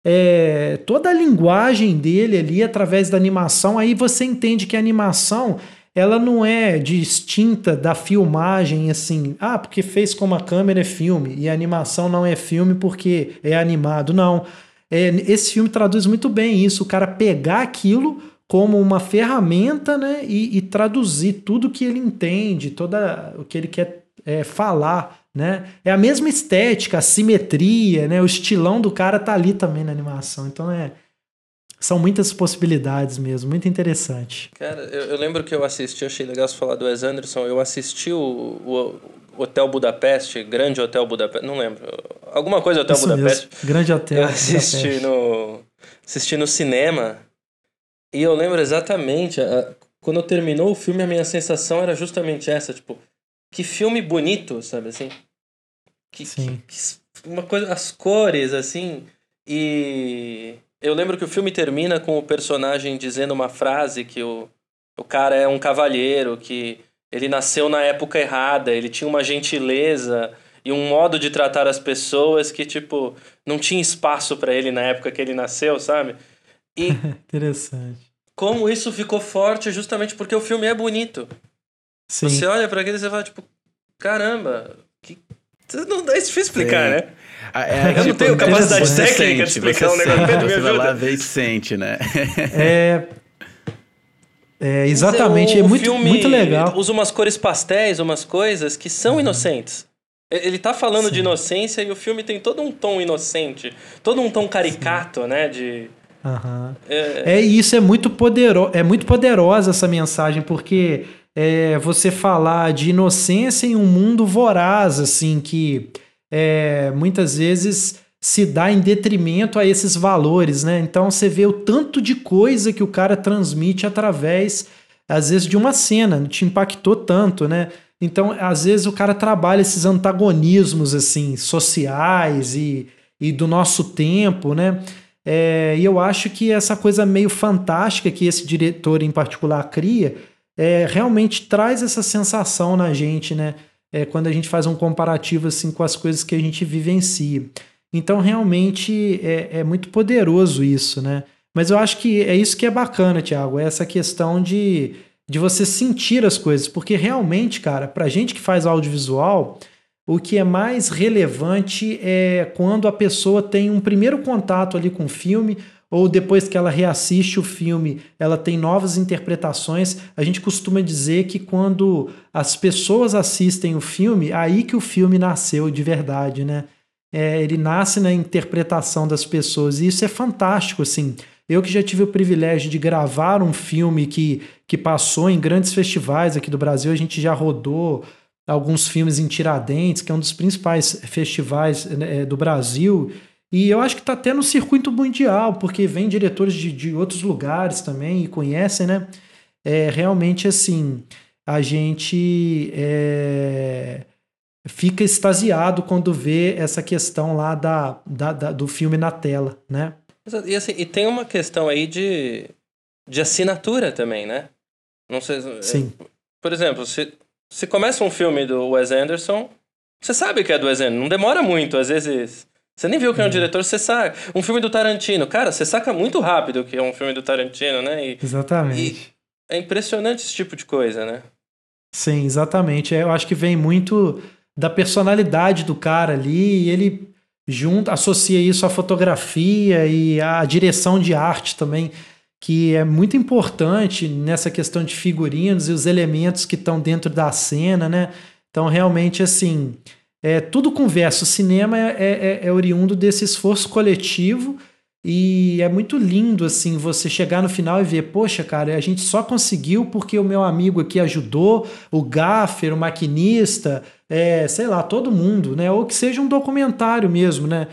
Speaker 3: É, toda a linguagem dele ali através da animação. Aí você entende que a animação ela não é distinta da filmagem assim, ah, porque fez com uma câmera é filme e a animação não é filme porque é animado, não. É, esse filme traduz muito bem isso, o cara pegar aquilo como uma ferramenta, né, e, e traduzir tudo que ele entende, toda o que ele quer é, falar, né? É a mesma estética, a simetria, né? O estilão do cara tá ali também na animação. Então é, são muitas possibilidades mesmo, muito interessante.
Speaker 1: Cara, eu, eu lembro que eu assisti, eu achei legal você falar do Wes Anderson, eu assisti o, o, o Hotel Budapeste, Grande Hotel Budapeste, não lembro, alguma coisa Hotel
Speaker 3: Isso
Speaker 1: Budapeste.
Speaker 3: Mesmo. Grande Hotel
Speaker 1: eu assisti Budapeste. no assisti no cinema e eu lembro exatamente, a, quando terminou o filme a minha sensação era justamente essa, tipo, que filme bonito, sabe assim? Que,
Speaker 3: Sim.
Speaker 1: Que, que, uma coisa, as cores, assim. E eu lembro que o filme termina com o personagem dizendo uma frase que o, o cara é um cavalheiro, que ele nasceu na época errada, ele tinha uma gentileza e um modo de tratar as pessoas que, tipo, não tinha espaço pra ele na época que ele nasceu, sabe? E
Speaker 3: interessante.
Speaker 1: Como isso ficou forte justamente porque o filme é bonito.
Speaker 3: Sim.
Speaker 1: Você olha pra aquele e você fala, tipo, caramba, que... não é difícil explicar, Sim. né?
Speaker 2: É,
Speaker 1: eu tipo, não tenho capacidade técnica de explicar um negócio. Pedro, me
Speaker 2: você
Speaker 1: ajuda.
Speaker 2: vai lá ver e sente, né?
Speaker 3: É, é exatamente, é, o, é muito,
Speaker 1: filme
Speaker 3: muito legal.
Speaker 1: Usa umas cores pastéis, umas coisas que são uhum. inocentes. Ele tá falando Sim. de inocência e o filme tem todo um tom inocente, todo um tom caricato, Sim. né? De...
Speaker 3: Uhum. É... é isso, é muito, podero... é muito poderosa essa mensagem, porque é, você falar de inocência em um mundo voraz, assim, que é, muitas vezes se dá em detrimento a esses valores, né? Então você vê o tanto de coisa que o cara transmite através, às vezes, de uma cena, te impactou tanto, né? Então, às vezes, o cara trabalha esses antagonismos, assim, sociais e, e do nosso tempo, né? É, e eu acho que essa coisa meio fantástica que esse diretor em particular cria, é, realmente traz essa sensação na gente, né? É, quando a gente faz um comparativo, assim, com as coisas que a gente vivencia. Então, realmente, é, é muito poderoso isso, né? Mas eu acho que é isso que é bacana, Thiago, é essa questão de, de você sentir as coisas, porque realmente, cara, pra gente que faz audiovisual, o que é mais relevante é quando a pessoa tem um primeiro contato ali com o filme, ou depois que ela reassiste o filme, ela tem novas interpretações. A gente costuma dizer que quando as pessoas assistem o filme, aí que o filme nasceu de verdade, né? É, ele nasce na interpretação das pessoas, e isso é fantástico, assim. Eu que já tive o privilégio de gravar um filme que, que passou em grandes festivais aqui do Brasil, a gente já rodou alguns filmes em Tiradentes, que é um dos principais festivais, né, do Brasil, e eu acho que está até no circuito mundial, porque vem diretores de, de outros lugares também e conhecem, né? É, realmente, assim, a gente... É... fica extasiado quando vê essa questão lá da, da, da, do filme na tela, né?
Speaker 1: E, assim, e tem uma questão aí de, de assinatura também, né? Não sei,
Speaker 3: Sim.
Speaker 1: Por exemplo, se, se começa um filme do Wes Anderson, você sabe que é do Wes Anderson, não demora muito, às vezes... Você nem viu que é um é. diretor, você sabe. Um filme do Tarantino, cara, você saca muito rápido que é um filme do Tarantino, né? E,
Speaker 3: exatamente.
Speaker 1: E é impressionante esse tipo de coisa, né?
Speaker 3: Sim, exatamente. Eu acho que vem muito da personalidade do cara ali, e ele junta, associa isso à fotografia e à direção de arte também, que é muito importante nessa questão de figurinos e os elementos que estão dentro da cena, né? Então, realmente, assim, é, tudo conversa. O cinema é, é, é oriundo desse esforço coletivo, e é muito lindo, assim, você chegar no final e ver, poxa, cara, a gente só conseguiu porque o meu amigo aqui ajudou, o gaffer, o maquinista, é, sei lá, todo mundo, né? Ou que seja um documentário mesmo, né?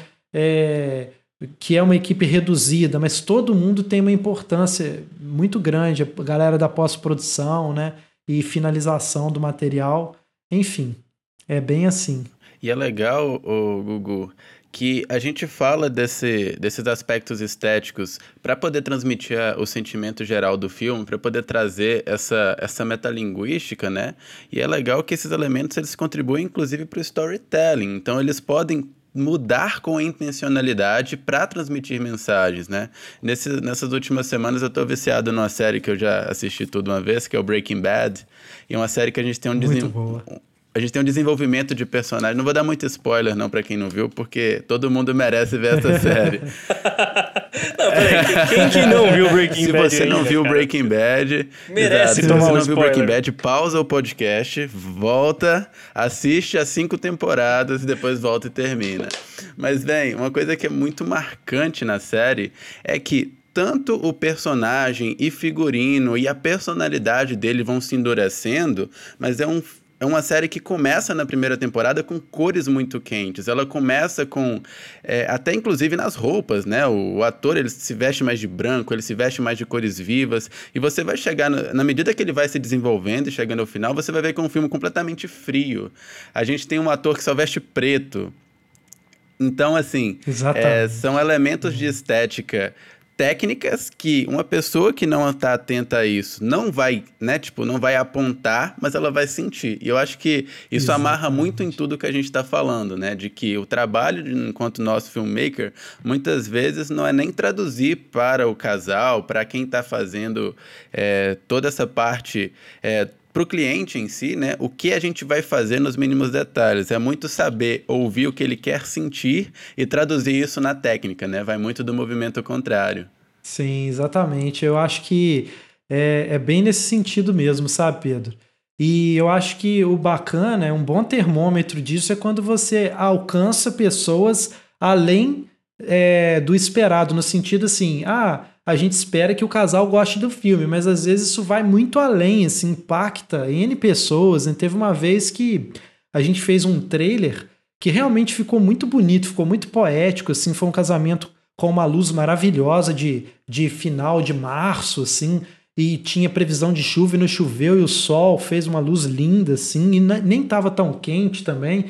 Speaker 3: É, que é uma equipe reduzida, mas todo mundo tem uma importância muito grande, a galera da pós-produção, né? E finalização do material, enfim, é bem assim.
Speaker 2: E é legal, o Gugu, que a gente fala desse, desses aspectos estéticos para poder transmitir a, o sentimento geral do filme, para poder trazer essa, essa metalinguística, né? E é legal que esses elementos eles contribuem, inclusive, para o storytelling. Então, eles podem mudar com intencionalidade para transmitir mensagens, né? Nesse, nessas últimas semanas eu tô viciado numa série que eu já assisti tudo uma vez, que é o Breaking Bad, e é uma série que a gente tem um desenvolvimento... A gente tem um desenvolvimento de personagem. Não vou dar muito spoiler, não, pra quem não viu, porque todo mundo merece ver essa série.
Speaker 1: Não, peraí. Quem que não viu Breaking
Speaker 2: Se
Speaker 1: Bad?
Speaker 2: Se você não
Speaker 1: ainda,
Speaker 2: viu
Speaker 1: cara?
Speaker 2: Breaking Bad...
Speaker 1: Merece
Speaker 2: exato,
Speaker 1: tomar
Speaker 2: se você
Speaker 1: um
Speaker 2: não viu
Speaker 1: spoiler.
Speaker 2: Breaking Bad, pausa o podcast, volta, assiste as cinco temporadas e depois volta e termina. Mas, bem, uma coisa que é muito marcante na série é que tanto o personagem e figurino e a personalidade dele vão se endurecendo, mas é um É uma série que começa na primeira temporada com cores muito quentes. Ela começa com... É, até inclusive nas roupas, né? O, o ator, ele se veste mais de branco, ele se veste mais de cores vivas. E você vai chegar... No, na medida que ele vai se desenvolvendo e chegando ao final, você vai ver que é um filme completamente frio. A gente tem um ator que só veste preto. Então, assim... É, são elementos de estética... técnicas que uma pessoa que não está atenta a isso não vai, né, tipo, não vai apontar, mas ela vai sentir. E eu acho que isso Exatamente. Amarra muito em tudo que a gente está falando, né, de que o trabalho de, enquanto nosso filmmaker, muitas vezes não é nem traduzir para o casal, para quem está fazendo é, toda essa parte... É, para o cliente em si, né, o que a gente vai fazer nos mínimos detalhes. É muito saber ouvir o que ele quer sentir e traduzir isso na técnica, né? Vai muito do movimento contrário.
Speaker 3: Sim, exatamente. Eu acho que é, é bem nesse sentido mesmo, sabe, Pedro? E eu acho que o bacana, um bom termômetro disso é quando você alcança pessoas além é, do esperado, no sentido assim, ah, a gente espera que o casal goste do filme, mas às vezes isso vai muito além, assim, impacta N pessoas, né? Teve uma vez que a gente fez um trailer que realmente ficou muito bonito, ficou muito poético, assim, foi um casamento com uma luz maravilhosa de, de final de março, assim, e tinha previsão de chuva e não choveu, e o sol fez uma luz linda, assim, e nem estava tão quente também.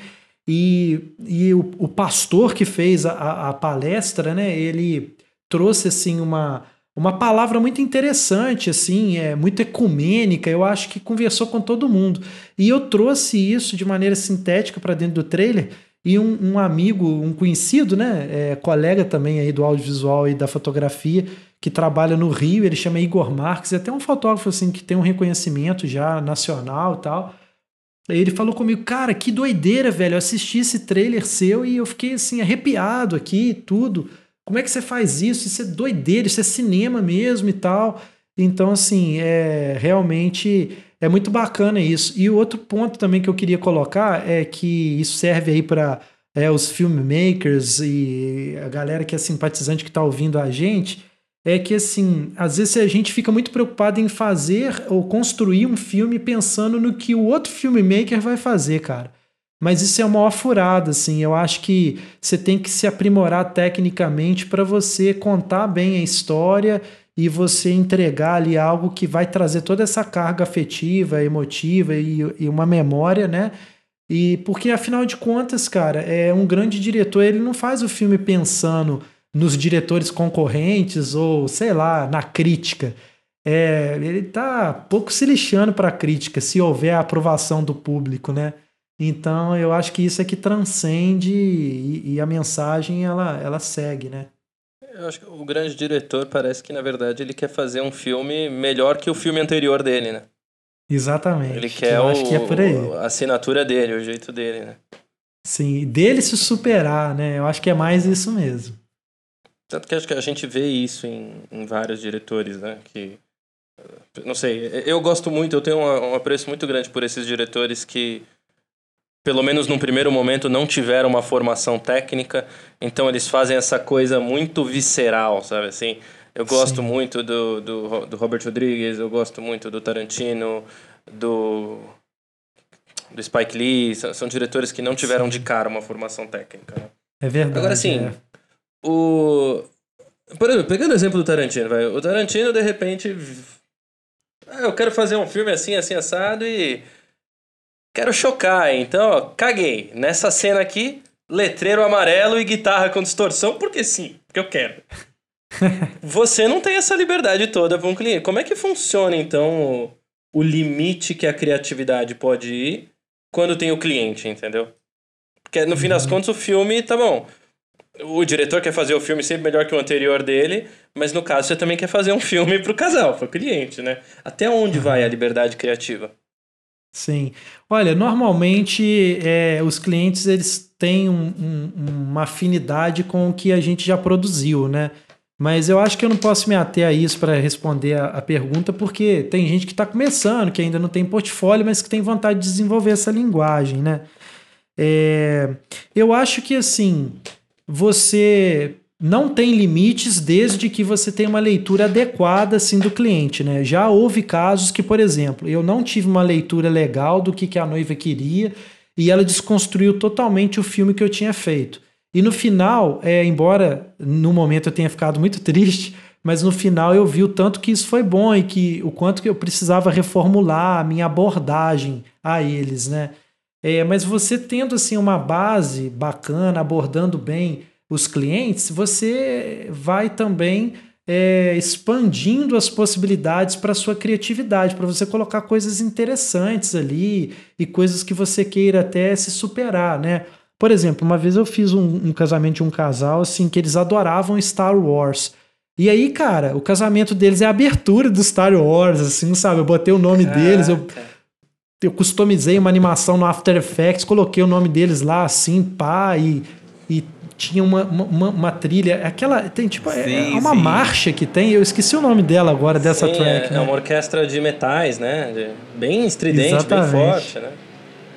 Speaker 3: E, e o, o pastor que fez a, a palestra, né, ele trouxe assim, uma, uma palavra muito interessante, assim, é, muito ecumênica, eu acho que conversou com todo mundo. E eu trouxe isso de maneira sintética para dentro do trailer, e um, um amigo, um conhecido, né, é, colega também aí do audiovisual e da fotografia, que trabalha no Rio, ele chama Igor Marques, é até um fotógrafo assim, que tem um reconhecimento já nacional e tal. Aí ele falou comigo, cara, que doideira, velho, eu assisti esse trailer seu e eu fiquei assim, arrepiado aqui, tudo. Como é que você faz isso? Isso é doideira, isso é cinema mesmo e tal. Então, assim, é realmente é muito bacana isso. E o outro ponto também que eu queria colocar é que isso serve aí para é, os filmmakers e a galera que é simpatizante que está ouvindo a gente, é que, assim, às vezes a gente fica muito preocupado em fazer ou construir um filme pensando no que o outro filmmaker vai fazer, cara. Mas isso é uma maior furada, assim. Eu acho que você tem que se aprimorar tecnicamente para você contar bem a história e você entregar ali algo que vai trazer toda essa carga afetiva, emotiva e, e uma memória, né? E porque, afinal de contas, cara, é um grande diretor, ele não faz o filme pensando nos diretores concorrentes ou, sei lá, na crítica. É, ele tá pouco se lixando para a crítica, se houver a aprovação do público, né? Então, eu acho que isso é que transcende e, e a mensagem, ela, ela segue, né?
Speaker 1: Eu acho que o grande diretor parece que, na verdade, ele quer fazer um filme melhor que o filme anterior dele, né?
Speaker 3: Exatamente.
Speaker 1: Ele quer
Speaker 3: eu
Speaker 1: o,
Speaker 3: acho que é por aí.
Speaker 1: a assinatura dele, o jeito dele, né?
Speaker 3: Sim, dele se superar, né? Eu acho que é mais isso mesmo.
Speaker 1: Tanto que acho que a gente vê isso em, em vários diretores, né? Que, não sei, eu gosto muito, eu tenho um, um apreço muito grande por esses diretores que, pelo menos num primeiro momento, não tiveram uma formação técnica, então eles fazem essa coisa muito visceral, sabe assim? Eu gosto Sim. muito do, do, do Robert Rodriguez, eu gosto muito do Tarantino, do, do Spike Lee, são, são diretores que não tiveram Sim. de cara uma formação técnica. Né?
Speaker 3: É verdade.
Speaker 1: Agora, sim,
Speaker 3: é.
Speaker 1: o... Por exemplo, pegando o exemplo do Tarantino, vai, o Tarantino, de repente, ah, eu quero fazer um filme assim, assim, assado e quero chocar, então, ó, caguei. Nessa cena aqui, letreiro amarelo e guitarra com distorção, porque sim, porque eu quero. Você não tem essa liberdade toda para um cliente. Como é que funciona, então, o, o limite que a criatividade pode ir quando tem o cliente, entendeu? Porque, no fim das contas, o filme, tá bom, o diretor quer fazer o filme sempre melhor que o anterior dele, mas no caso você também quer fazer um filme pro casal, pro cliente, né? Até onde vai a liberdade criativa?
Speaker 3: Sim. Olha, normalmente é, os clientes eles têm um, um, uma afinidade com o que a gente já produziu, né? Mas eu acho que eu não posso me ater a isso para responder a, a pergunta, porque tem gente que está começando, que ainda não tem portfólio, mas que tem vontade de desenvolver essa linguagem, né? É, eu acho que, assim, você não tem limites desde que você tenha uma leitura adequada, assim, do cliente, né? Já houve casos que, por exemplo, eu não tive uma leitura legal do que, que a noiva queria e ela desconstruiu totalmente o filme que eu tinha feito. E no final, é, embora no momento eu tenha ficado muito triste, mas no final eu vi o tanto que isso foi bom e que, o quanto que eu precisava reformular a minha abordagem a eles, né? É, mas você tendo assim, uma base bacana, abordando bem os clientes, você vai também é, expandindo as possibilidades para a sua criatividade, para você colocar coisas interessantes ali e coisas que você queira até se superar, né? Por exemplo, uma vez eu fiz um, um casamento de um casal assim, que eles adoravam Star Wars. E aí, cara, o casamento deles é a abertura do Star Wars, assim, sabe? Eu botei o nome Caraca. deles, eu, eu customizei uma animação no After Effects, coloquei o nome deles lá, assim, pá, e, e tinha uma, uma, uma trilha. Aquela, tem tipo, sim, é uma sim. marcha que tem, eu esqueci o nome dela agora, sim, dessa track.
Speaker 1: É,
Speaker 3: né?
Speaker 1: é uma orquestra de metais, né? Bem estridente, Exatamente. bem forte, né?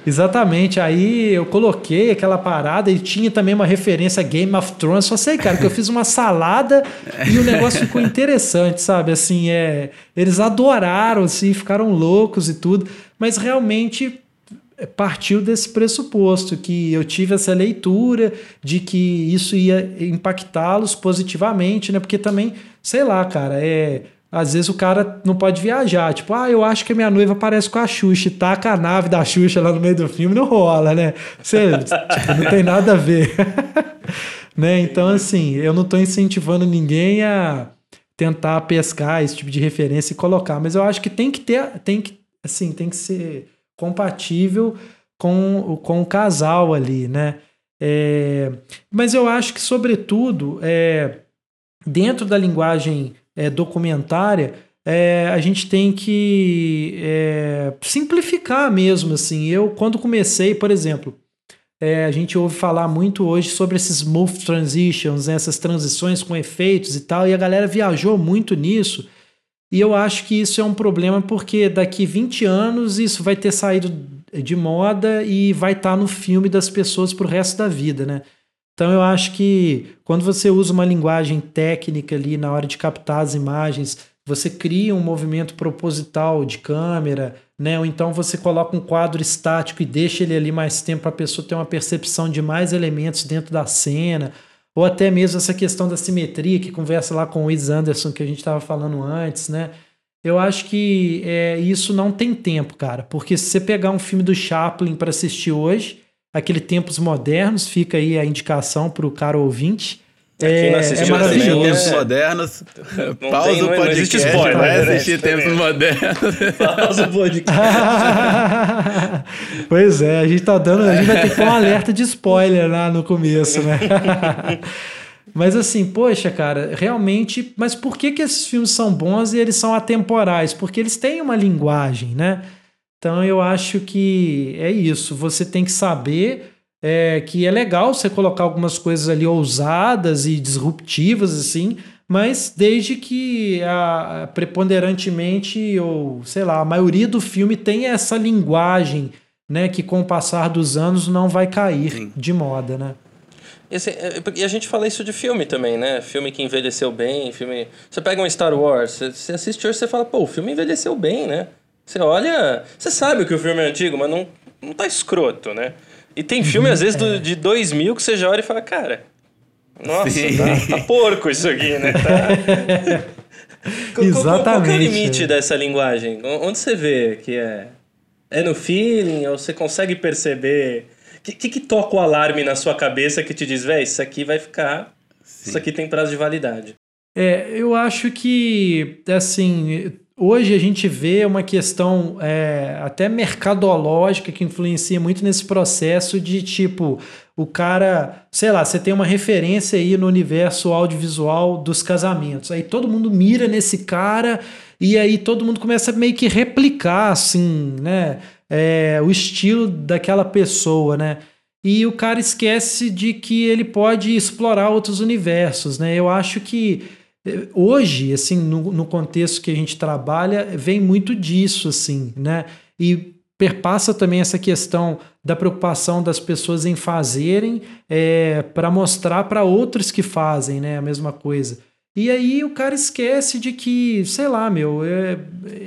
Speaker 3: Exatamente, aí eu coloquei aquela parada e tinha também uma referência a Game of Thrones. Só sei, cara, que eu fiz uma salada e o negócio ficou interessante, sabe? Assim, é, eles adoraram, assim, ficaram loucos e tudo, mas realmente partiu desse pressuposto que eu tive essa leitura de que isso ia impactá-los positivamente, né? Porque também, sei lá, cara, é... Às vezes o cara não pode viajar. Tipo, ah, eu acho que a minha noiva parece com a Xuxa. E taca a nave da Xuxa lá no meio do filme, não rola, né? Você, tipo, não tem nada a ver. Né? Então, assim, eu não estou incentivando ninguém a tentar pescar esse tipo de referência e colocar. Mas eu acho que tem que ter, tem que, assim, tem que ser compatível com, com o casal ali, né? É, mas eu acho que, sobretudo, é, dentro da linguagem É, documentária, é, a gente tem que é, simplificar mesmo, assim. Eu, quando comecei, por exemplo, é, a gente ouve falar muito hoje sobre esses smooth transitions, né, essas transições com efeitos e tal, e a galera viajou muito nisso, e eu acho que isso é um problema porque daqui vinte anos isso vai ter saído de moda e vai estar no filme das pessoas pro resto da vida, né? Então eu acho que quando você usa uma linguagem técnica ali na hora de captar as imagens, você cria um movimento proposital de câmera, né? Ou então você coloca um quadro estático e deixa ele ali mais tempo para a pessoa ter uma percepção de mais elementos dentro da cena, ou até mesmo essa questão da simetria que conversa lá com o Wes Anderson que a gente estava falando antes, né? Eu acho que é, isso não tem tempo, cara, porque se você pegar um filme do Chaplin para assistir hoje, aquele Tempos Modernos, fica aí a indicação para o cara ouvinte. É, é maravilhoso.
Speaker 2: Tempos Modernos,
Speaker 1: Não
Speaker 2: pausa
Speaker 1: tem,
Speaker 2: o
Speaker 1: não,
Speaker 2: podcast,
Speaker 1: não existe spoiler,
Speaker 2: vai
Speaker 1: né?
Speaker 2: assistir Tempos Modernos.
Speaker 1: Pausa o podcast.
Speaker 3: Pois é, a gente tá dando, a gente vai ter que ter um alerta de spoiler lá no começo, né? Mas assim, poxa, cara, realmente, mas por que que esses filmes são bons e eles são atemporais? Porque eles têm uma linguagem, né? Então eu acho que é isso, você tem que saber é, que é legal você colocar algumas coisas ali ousadas e disruptivas, assim, mas desde que a, a, preponderantemente, ou sei lá, a maioria do filme tem essa linguagem, né, que com o passar dos anos não vai cair Sim. de moda, né?
Speaker 1: E, assim, e a gente fala isso de filme também, né? Filme que envelheceu bem, filme... Você pega um Star Wars, você assiste hoje e você fala, pô, o filme envelheceu bem, né? Você olha... Você sabe que o filme é antigo, mas não, não tá escroto, né? E tem filme, às vezes, do, de dois mil que você já olha e fala, cara... Nossa, tá, tá porco isso aqui, né? Tá...
Speaker 3: Exatamente.
Speaker 1: Qual, qual que é o limite dessa linguagem? Onde você vê que é... É no feeling? Ou você consegue perceber... O que, que que toca o alarme na sua cabeça que te diz, véi, isso aqui vai ficar... Sim. Isso aqui tem prazo de validade?
Speaker 3: É, eu acho que, assim... Hoje a gente vê uma questão é, até mercadológica que influencia muito nesse processo de tipo, o cara, sei lá, você tem uma referência aí no universo audiovisual dos casamentos, aí todo mundo mira nesse cara e aí todo mundo começa a meio que replicar assim, né, é, o estilo daquela pessoa, né? E o cara esquece de que ele pode explorar outros universos, né? Eu acho que hoje, assim, no, no contexto que a gente trabalha, vem muito disso, assim, né? E perpassa também essa questão da preocupação das pessoas em fazerem é, para mostrar para outros que fazem, né? A mesma coisa. E aí o cara esquece de que, sei lá, meu, é,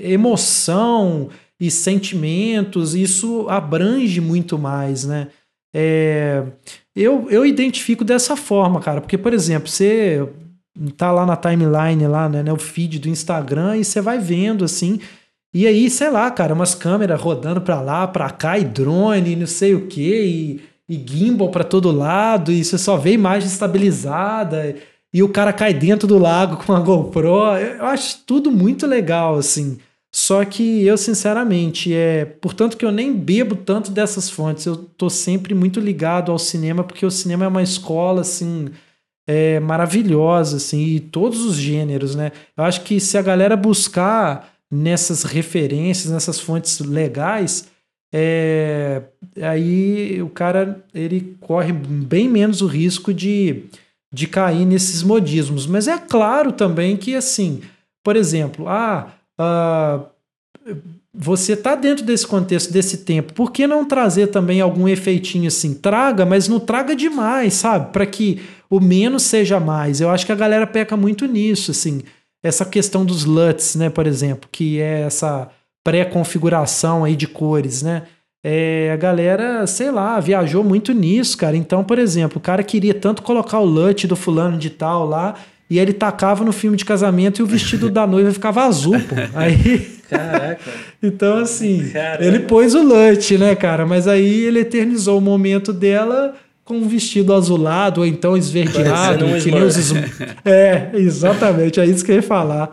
Speaker 3: emoção e sentimentos, isso abrange muito mais, né? É, eu, eu identifico dessa forma, cara, porque, por exemplo, você... tá lá na timeline, lá, né, o feed do Instagram, e você vai vendo, assim, e aí, sei lá, cara, umas câmeras rodando pra lá, pra cá, e drone, e não sei o que, e, e gimbal pra todo lado, e você só vê imagem estabilizada, e o cara cai dentro do lago com a GoPro. Eu acho tudo muito legal, assim, só que eu, sinceramente, é, portanto que eu nem bebo tanto dessas fontes, eu tô sempre muito ligado ao cinema, porque o cinema é uma escola, assim... É maravilhosa, assim, e todos os gêneros, né? Eu acho que se a galera buscar nessas referências, nessas fontes legais, é, aí o cara ele corre bem menos o risco de, de cair nesses modismos. Mas é claro também que, assim, por exemplo, ah, ah, você tá dentro desse contexto, desse tempo, por que não trazer também algum efeitinho assim? Traga, mas não traga demais, sabe? Para que o menos seja mais. Eu acho que a galera peca muito nisso, assim. Essa questão dos L U Ts, né, por exemplo, que é essa pré-configuração aí de cores, né? É, a galera, sei lá, viajou muito nisso, cara. Então, por exemplo, o cara queria tanto colocar o L U T do fulano de tal lá, e ele tacava no filme de casamento e o vestido da noiva ficava azul, pô. Aí...
Speaker 1: Caraca.
Speaker 3: Então, assim,
Speaker 1: Caramba.
Speaker 3: ele pôs o L U T, né, cara? Mas aí ele eternizou o momento dela com um vestido azulado, ou então esverdeado.
Speaker 1: Um
Speaker 3: que nem os Sm... É, exatamente, é isso que eu ia falar.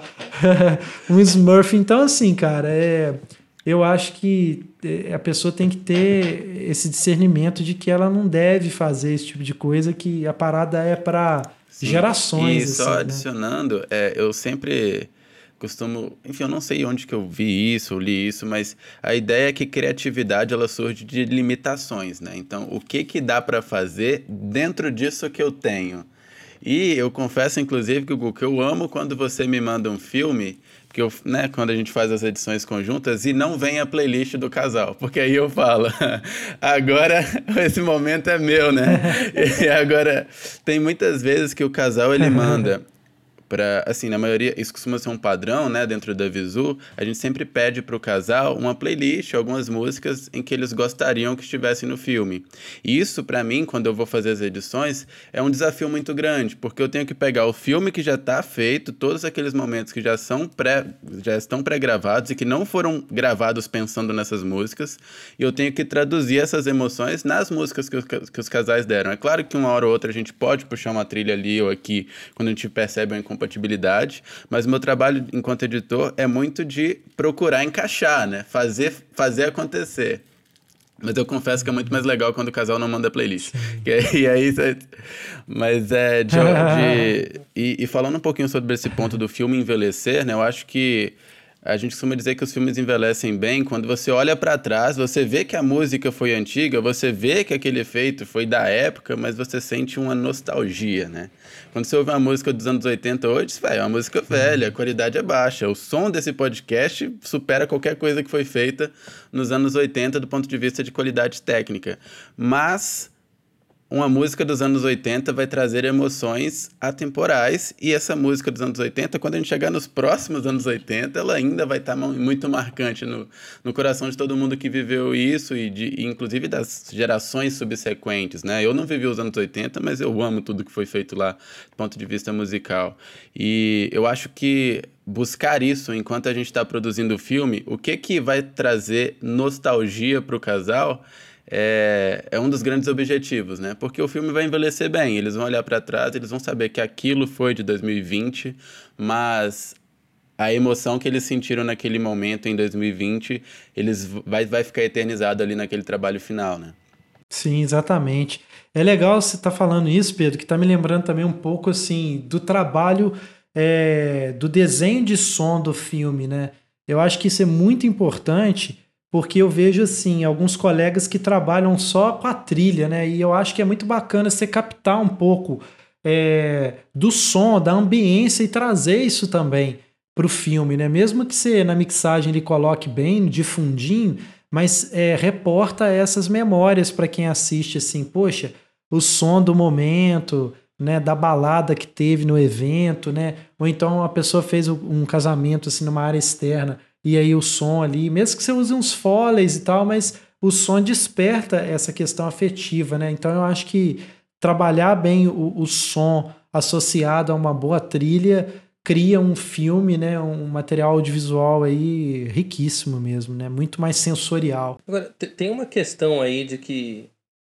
Speaker 3: Um Smurf. Então, assim, cara, é... eu acho que a pessoa tem que ter esse discernimento de que ela não deve fazer esse tipo de coisa, que a parada é para gerações.
Speaker 2: E só
Speaker 3: assim,
Speaker 2: adicionando, né? é, eu sempre costumo... Enfim, eu não sei onde que eu vi isso, ou li isso, mas a ideia é que criatividade ela surge de limitações, né? Então, o que que dá para fazer dentro disso que eu tenho? E eu confesso, inclusive, que o que eu amo quando você me manda um filme, porque eu, né, quando a gente faz as edições conjuntas, e não vem a playlist do casal, porque aí eu falo, agora esse momento é meu, né? E agora, tem muitas vezes que o casal ele manda... Pra, assim, na maioria, isso costuma ser um padrão, né, dentro da Visu, a gente sempre pede para o casal uma playlist, algumas músicas em que eles gostariam que estivessem no filme. E isso, para mim, quando eu vou fazer as edições, é um desafio muito grande, porque eu tenho que pegar o filme que já está feito, todos aqueles momentos que já, são pré, já estão pré-gravados e que não foram gravados pensando nessas músicas, e eu tenho que traduzir essas emoções nas músicas que os, que os casais deram. É claro que uma hora ou outra a gente pode puxar uma trilha ali ou aqui, quando a gente percebe uma incompatibilidade, mas o meu trabalho enquanto editor é muito de procurar encaixar, né? Fazer, fazer acontecer. Mas eu confesso que é muito mais legal quando o casal não manda playlist. E aí, mas é de, de e, e falando um pouquinho sobre esse ponto do filme envelhecer, né? Eu acho que a gente costuma dizer que os filmes envelhecem bem quando você olha para trás, você vê que a música foi antiga, você vê que aquele efeito foi da época, mas você sente uma nostalgia, né? Quando você ouve uma música dos anos oitenta hoje, é uma música velha, a qualidade é baixa. O som desse podcast supera qualquer coisa que foi feita nos anos oitenta do ponto de vista de qualidade técnica. Mas uma música dos anos oitenta vai trazer emoções atemporais, e essa música dos anos oitenta, quando a gente chegar nos próximos anos oitenta, ela ainda vai estar muito marcante no, no coração de todo mundo que viveu isso, e, de, e inclusive das gerações subsequentes, né? Eu não vivi os anos oitenta, mas eu amo tudo que foi feito lá do ponto de vista musical. E eu acho que buscar isso enquanto a gente está produzindo o filme, o que, que vai trazer nostalgia para o casal, É, é um dos grandes objetivos, né? Porque o filme vai envelhecer bem, eles vão olhar para trás, eles vão saber que aquilo foi de dois mil e vinte, mas a emoção que eles sentiram naquele momento em dois mil e vinte, eles vai, vai ficar eternizado ali naquele trabalho final, né?
Speaker 3: Sim, exatamente. É legal você estar falando isso, Pedro, que está me lembrando também um pouco assim do trabalho é, do desenho de som do filme, né? Eu acho que isso é muito importante, porque eu vejo, assim, alguns colegas que trabalham só com a trilha, né? E eu acho que é muito bacana você captar um pouco é, do som, da ambiência e trazer isso também para o filme, né? Mesmo que você, na mixagem, ele coloque bem de fundinho, mas é, reporta essas memórias para quem assiste, assim, poxa, o som do momento, né? Da balada que teve no evento, né? Ou então a pessoa fez um casamento, assim, numa área externa, e aí o som ali, mesmo que você use uns foleys e tal, mas o som desperta essa questão afetiva, né? Então eu acho que trabalhar bem o, o som associado a uma boa trilha cria um filme, né? Um material audiovisual aí riquíssimo mesmo, né? Muito mais sensorial.
Speaker 1: Agora, tem uma questão aí de que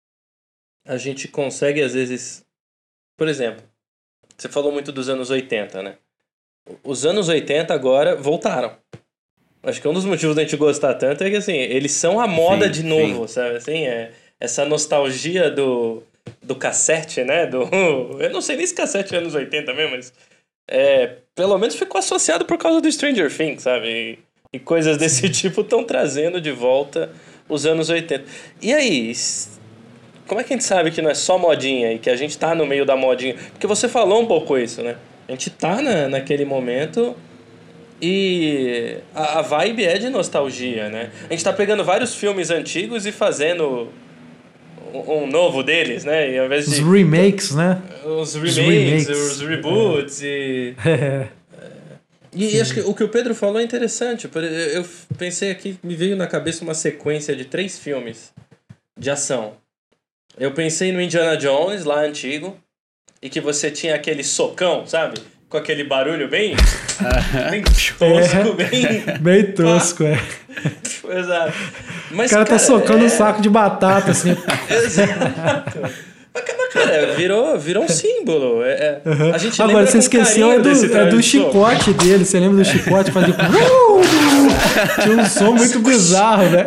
Speaker 1: a gente consegue, às vezes... Por exemplo, você falou muito dos anos oitenta, né? Os anos oitenta agora voltaram. Acho que um dos motivos da gente gostar tanto é que, assim, eles são a moda sim, de novo, sim. Sabe? Assim, é essa nostalgia do, do cassete, né? Do, eu não sei nem se cassete é anos oitenta mesmo, mas é, pelo menos ficou associado por causa do Stranger Things, sabe? E, e coisas desse tipo estão trazendo de volta os anos oitenta. E aí, como é que a gente sabe que não é só modinha e que a gente tá no meio da modinha? Porque você falou um pouco isso, né? A gente tá na, naquele momento... E a, a vibe é de nostalgia, né? A gente tá pegando vários filmes antigos e fazendo um, um novo deles, né? E ao invés de,
Speaker 3: Os remakes, né?
Speaker 1: Os remakes,
Speaker 3: Os remakes.
Speaker 1: os reboots é. e...
Speaker 3: É.
Speaker 1: E, e acho que o que o Pedro falou é interessante. Eu pensei aqui, me veio na cabeça uma sequência de três filmes de ação. Eu pensei no Indiana Jones, lá antigo, e que você tinha aquele socão, sabe? Com aquele barulho bem, bem tosco,
Speaker 3: é,
Speaker 1: bem...
Speaker 3: Bem tosco, é.
Speaker 1: Exato. Mas,
Speaker 3: o cara,
Speaker 1: cara
Speaker 3: tá socando
Speaker 1: é...
Speaker 3: um saco de batata, assim.
Speaker 1: Exato. Mas, cara, virou, virou um símbolo. É, é...
Speaker 3: Uhum.
Speaker 1: A gente
Speaker 3: Agora, você esqueceu é do, é do chicote dele. Você lembra do chicote? Fazia... Tinha um som muito bizarro, né?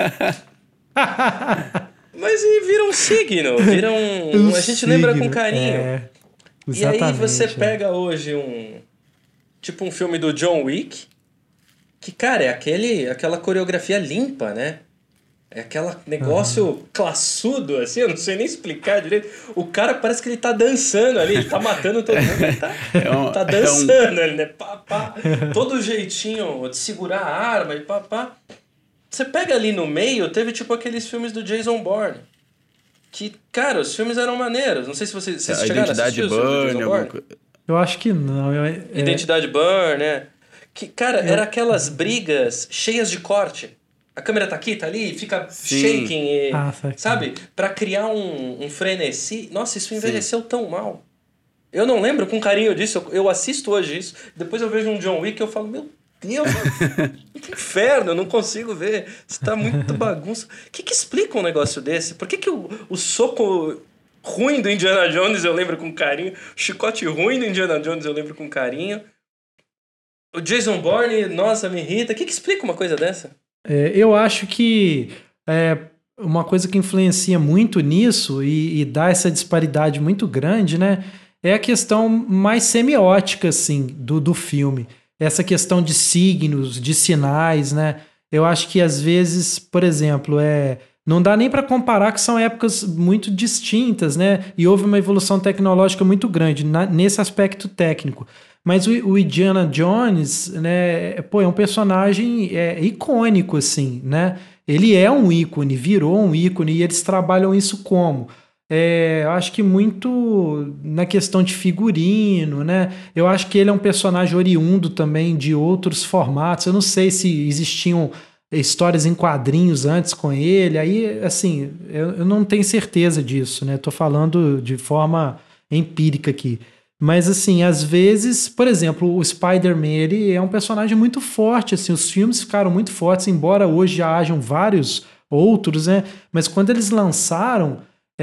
Speaker 1: Mas e vira um signo. Vira um... um a gente signo, lembra com carinho. É, e aí você pega hoje um... Tipo um filme do John Wick. Que, cara, é aquele, aquela coreografia limpa, né? É aquele negócio uhum. classudo, assim, eu não sei nem explicar direito. O cara parece que ele tá dançando ali, ele tá matando todo mundo, ele tá, é um, tá dançando é um... ali, né? Pá, pá, todo jeitinho de segurar a arma e pá, pá. Você pega ali no meio, teve tipo aqueles filmes do Jason Bourne. Que, cara, os filmes eram maneiros. Não sei se vocês, vocês
Speaker 2: a
Speaker 1: chegaram a assistir os filmes do Jason Bourne.
Speaker 3: Algum... Eu acho que não. Eu, é...
Speaker 1: Identidade Bourne, né? Que, cara, eu... era aquelas brigas cheias de corte. A câmera tá aqui, tá ali, fica Sim. shaking, e, ah, sabe? Pra criar um, um frenesi. Nossa, isso envelheceu Sim. tão mal. Eu não lembro com carinho disso, eu, eu assisto hoje isso. Depois eu vejo um John Wick e eu falo, meu Deus, que inferno, eu não consigo ver. Isso tá muito bagunça. O que que explica um negócio desse? Por que que o, o soco ruim do Indiana Jones eu lembro com carinho? O chicote ruim do Indiana Jones eu lembro com carinho? O Jason Bourne, nossa, me irrita. O que que explica uma coisa dessa?
Speaker 3: É, eu acho que é, uma coisa que influencia muito nisso e, e dá essa disparidade muito grande, né, é a questão mais semiótica, assim, do, do filme. Essa questão de signos, de sinais, né? Eu acho que às vezes, por exemplo, é, não dá nem para comparar que são épocas muito distintas, né? E houve uma evolução tecnológica muito grande na, nesse aspecto técnico. Mas o, o Indiana Jones, né, pô, é um personagem é, icônico, assim, né? Ele é um ícone, virou um ícone, e eles trabalham isso como? É, eu acho que muito na questão de figurino, né? Eu acho que ele é um personagem oriundo também de outros formatos. Eu não sei se existiam histórias em quadrinhos antes com ele. Aí, assim, eu, eu não tenho certeza disso, né? Tô falando de forma empírica aqui. Mas, assim, às vezes, por exemplo, o Spider-Man, ele é um personagem muito forte, assim, os filmes ficaram muito fortes, embora hoje já hajam vários outros, né? Mas quando eles lançaram,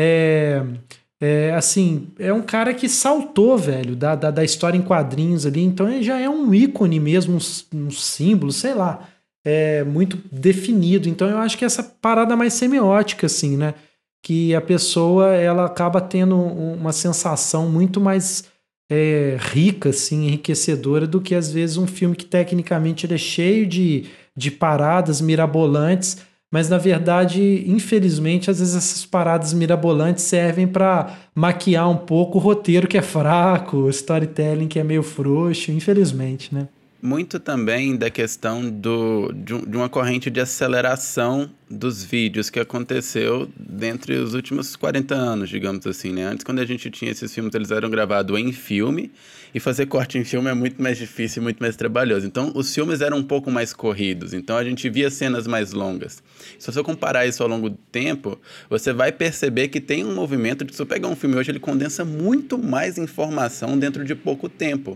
Speaker 3: é, é, assim, é um cara que saltou, velho, da, da, da história em quadrinhos ali, então ele já é um ícone mesmo, um, um símbolo, sei lá, é muito definido. Então eu acho que essa parada mais semiótica, assim, né? Que a pessoa, ela acaba tendo uma sensação muito mais é, rica, assim, enriquecedora do que às vezes um filme que tecnicamente ele é cheio de, de paradas mirabolantes, mas na verdade, infelizmente, às vezes essas paradas mirabolantes servem para maquiar um pouco o roteiro que é fraco, o storytelling que é meio frouxo, infelizmente, né?
Speaker 2: Muito também da questão do, de, de uma corrente de aceleração dos vídeos que aconteceu dentre os últimos quarenta anos, digamos assim, né? Antes, quando a gente tinha esses filmes, eles eram gravados em filme, e fazer corte em filme é muito mais difícil e muito mais trabalhoso. Então, os filmes eram um pouco mais corridos, então a gente via cenas mais longas. Se você comparar isso ao longo do tempo, você vai perceber que tem um movimento de, se você pegar um filme hoje, ele condensa muito mais informação dentro de pouco tempo.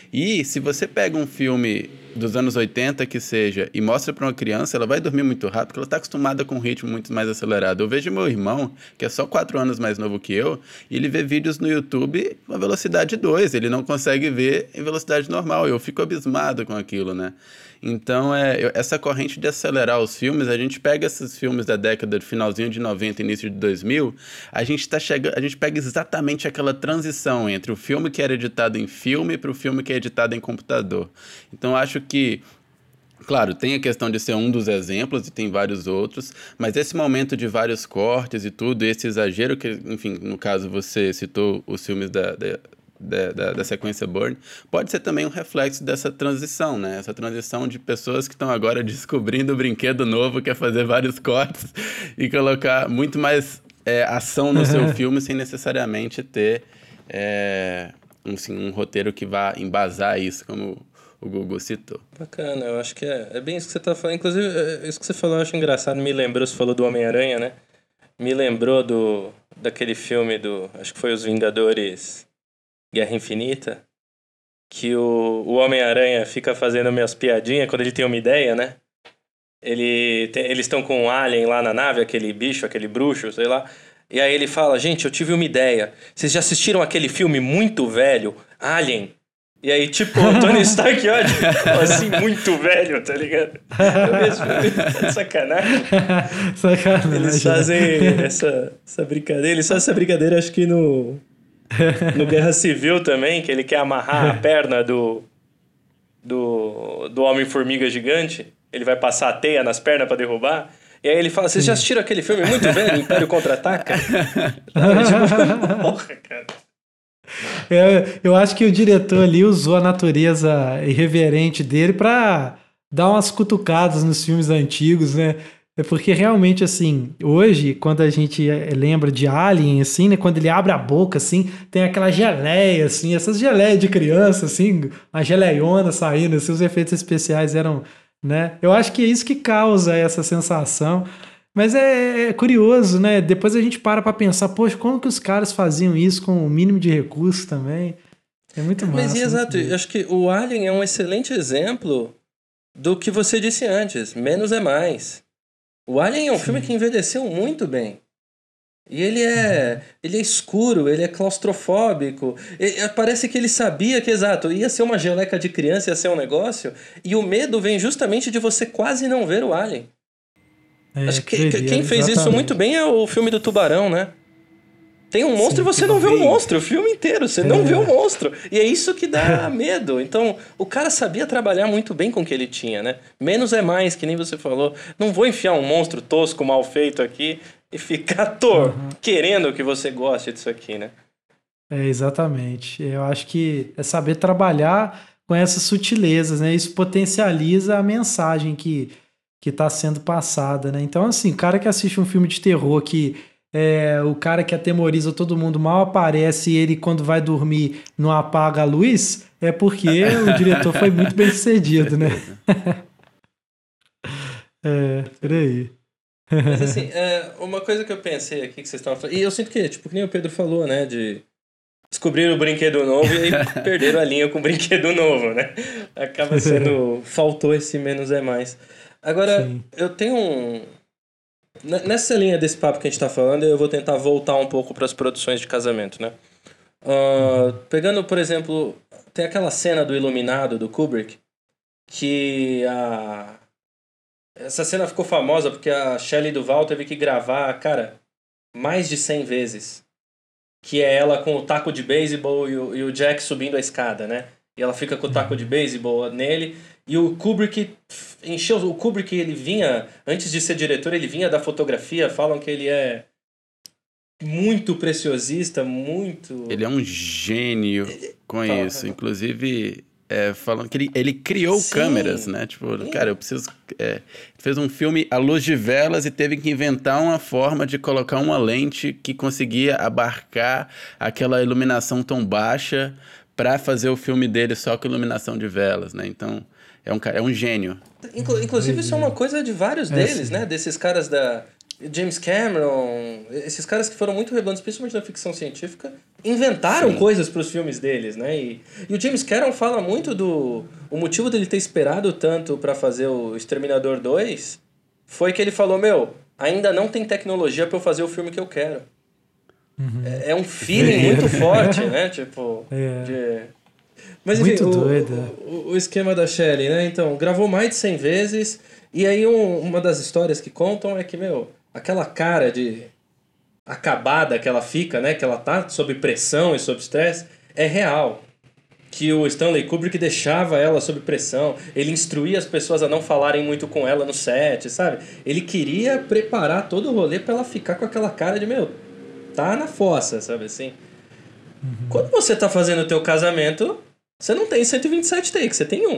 Speaker 2: E se você pega um filme dos anos oitenta, que seja, e mostra para uma criança, ela vai dormir muito rápido, porque ela está acostumada com um ritmo muito mais acelerado. Eu vejo meu irmão, que é só quatro anos mais novo que eu, e ele vê vídeos no YouTube com a velocidade dois, ele não consegue ver em velocidade normal. Eu fico abismado com aquilo, né? Então, é, essa corrente de acelerar os filmes, a gente pega esses filmes da década de finalzinho de noventa, início de dois mil, a gente, tá chegando, a gente pega exatamente aquela transição entre o filme que era editado em filme para o filme que é editado em computador. Então, acho que, claro, tem a questão de ser um dos exemplos e tem vários outros, mas esse momento de vários cortes e tudo, esse exagero que, enfim, no caso você citou os filmes da... da da, da, da sequência Bourne, pode ser também um reflexo dessa transição, né? Essa transição de pessoas que estão agora descobrindo o brinquedo novo, quer fazer vários cortes e colocar muito mais é, ação no seu filme sem necessariamente ter é, um, assim, um roteiro que vá embasar isso, como o Gugu citou.
Speaker 1: Bacana, eu acho que é, é bem isso que você tá falando. Inclusive, é, isso que você falou eu acho engraçado. Me lembrou, você falou do Homem-Aranha, né? Me lembrou do, daquele filme do... Acho que foi Os Vingadores Guerra Infinita. Que o, o Homem-Aranha fica fazendo minhas piadinhas quando ele tem uma ideia, né? Ele tem, eles estão com um alien lá na nave, aquele bicho, aquele bruxo, sei lá. E aí ele fala, gente, eu tive uma ideia. Vocês já assistiram aquele filme muito velho, Alien? E aí, tipo, o Tony Stark, olha, assim, muito velho, tá ligado? Eu vi esse filme, tá de sacanagem.
Speaker 3: Sacanagem.
Speaker 1: Eles fazem essa, essa brincadeira. Eles fazem essa brincadeira, acho que no, no Guerra Civil também, que ele quer amarrar a perna do, do, do Homem-Formiga gigante. Ele vai passar a teia nas pernas pra derrubar. E aí ele fala, vocês já assistiram aquele filme muito velho, Império Contra-Ataca? Tipo, porra, cara.
Speaker 3: É, eu acho que o diretor ali usou a natureza irreverente dele pra dar umas cutucadas nos filmes antigos, né? É porque realmente, assim, hoje, quando a gente lembra de Alien, assim, né? Quando ele abre a boca, assim, tem aquela geleia, assim, essas geleias de criança, assim, uma geleiona saindo, assim, os efeitos especiais eram, né? Eu acho que é isso que causa essa sensação. Mas é, é curioso, né? Depois a gente para pra pensar, poxa, como que os caras faziam isso com o mínimo de recursos também? É muito massa.
Speaker 1: Mas, exato, eu acho que o Alien é um excelente exemplo do que você disse antes, menos é mais. O Alien é um Sim. filme que envelheceu muito bem. E ele é, ele é escuro, ele é claustrofóbico. E, parece que ele sabia que, exato, ia ser uma geleca de criança, ia ser um negócio. E o medo vem justamente de você quase não ver o Alien. É, Acho que queria, quem fez exatamente. Isso muito bem é o filme do Tubarão, né? Tem um monstro Sim, e você não vê o monstro o filme inteiro, você é. não vê o monstro. E é isso que dá medo. Então, o cara sabia trabalhar muito bem com o que ele tinha, né? Menos é mais, que nem você falou. Não vou enfiar um monstro tosco, mal feito aqui e ficar tor uhum. querendo que você goste disso aqui, né?
Speaker 3: É, exatamente. Eu acho que é saber trabalhar com essas sutilezas, né? Isso potencializa a mensagem que que está sendo passada, né? Então, assim, o cara que assiste um filme de terror que é, o cara que atemoriza todo mundo mal aparece e ele, quando vai dormir, não apaga a luz, é porque o diretor foi muito bem sucedido, né? É, peraí.
Speaker 1: Mas, assim, é, uma coisa que eu pensei aqui que vocês estavam falando, e eu sinto que, tipo, que nem o Pedro falou, né, de descobrir o brinquedo novo e aí perderam a linha com o brinquedo novo, né? Acaba sendo... faltou esse menos é mais. Agora, Sim. eu tenho um... Nessa linha desse papo que a gente tá falando, eu vou tentar voltar um pouco para as produções de casamento, né? Uh, pegando, por exemplo, tem aquela cena do Iluminado, do Kubrick, que a... Essa cena ficou famosa porque a Shelley Duvall teve que gravar, cara, mais de cem vezes. Que é ela com o taco de beisebol e o, e o Jack subindo a escada, né? E ela fica com o taco de beisebol nele... E o Kubrick encheu... O Kubrick, ele vinha... Antes de ser diretor, ele vinha da fotografia. Falam que ele é muito preciosista, muito...
Speaker 2: Ele é um gênio com Fala, isso. Inclusive, é, falam que ele, ele criou Sim. câmeras, né? Tipo, Sim. cara, eu preciso... É, fez um filme à luz de velas e teve que inventar uma forma de colocar uma lente que conseguia abarcar aquela iluminação tão baixa para fazer o filme dele só com iluminação de velas, né? Então... É um, é um gênio.
Speaker 1: Inclusive, isso é uma coisa de vários deles, é, né? Desses caras da... James Cameron... Esses caras que foram muito relevantes, principalmente na ficção científica, inventaram sim. coisas para os filmes deles, né? E, e o James Cameron fala muito do... O motivo dele ter esperado tanto para fazer o Exterminador dois foi que ele falou, meu, ainda não tem tecnologia para eu fazer o filme que eu quero. Uhum. É, é um feeling é. muito forte, né? Tipo... É. De... Mas enfim, o, o, o esquema da Shelley, né? Então, gravou mais de cem vezes. E aí, um, uma das histórias que contam é que, meu, aquela cara de acabada que ela fica, né? Que ela tá sob pressão e sob estresse, é real. Que o Stanley Kubrick deixava ela sob pressão. Ele instruía as pessoas a não falarem muito com ela no set, sabe? Ele queria preparar todo o rolê pra ela ficar com aquela cara de, meu, tá na fossa, sabe assim? Uhum. Quando você tá fazendo o teu casamento, você não tem cento e vinte e sete takes, você tem um.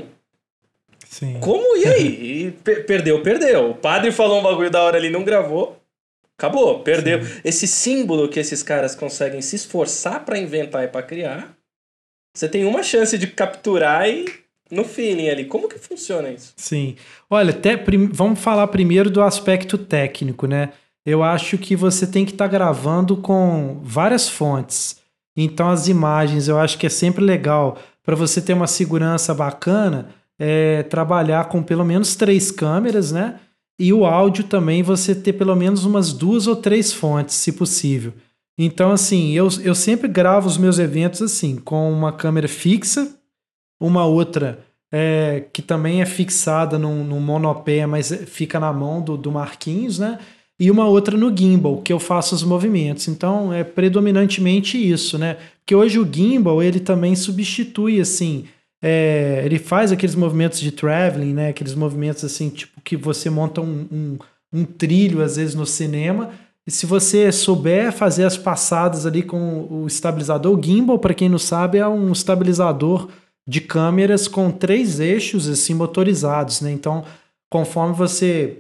Speaker 3: Sim.
Speaker 1: Como? E aí? Perdeu, perdeu. O padre falou um bagulho da hora ali, não gravou. Acabou, perdeu. Sim. Esse símbolo que esses caras conseguem se esforçar pra inventar e pra criar, você tem uma chance de capturar e no feeling ali. Como que funciona isso?
Speaker 3: Sim. Olha, até prim... vamos falar primeiro do aspecto técnico, né? Eu acho que você tem que estar tá gravando com várias fontes. Então as imagens, eu acho que é sempre legal para você ter uma segurança bacana, é, trabalhar com pelo menos três câmeras, né? E o áudio também você ter pelo menos umas duas ou três fontes, se possível. Então, assim, eu, eu sempre gravo os meus eventos assim, com uma câmera fixa, uma outra é, que também é fixada num, num monopé, mas fica na mão do, do Marquinhos, né? E uma outra no gimbal, que eu faço os movimentos. Então, é predominantemente isso, né? Porque hoje o gimbal, ele também substitui, assim... É, ele faz aqueles movimentos de traveling, né? Aqueles movimentos assim, tipo que você monta um, um, um trilho às vezes no cinema, e se você souber fazer as passadas ali com o estabilizador, o gimbal, para quem não sabe, é um estabilizador de câmeras com três eixos assim motorizados, né? Então, conforme você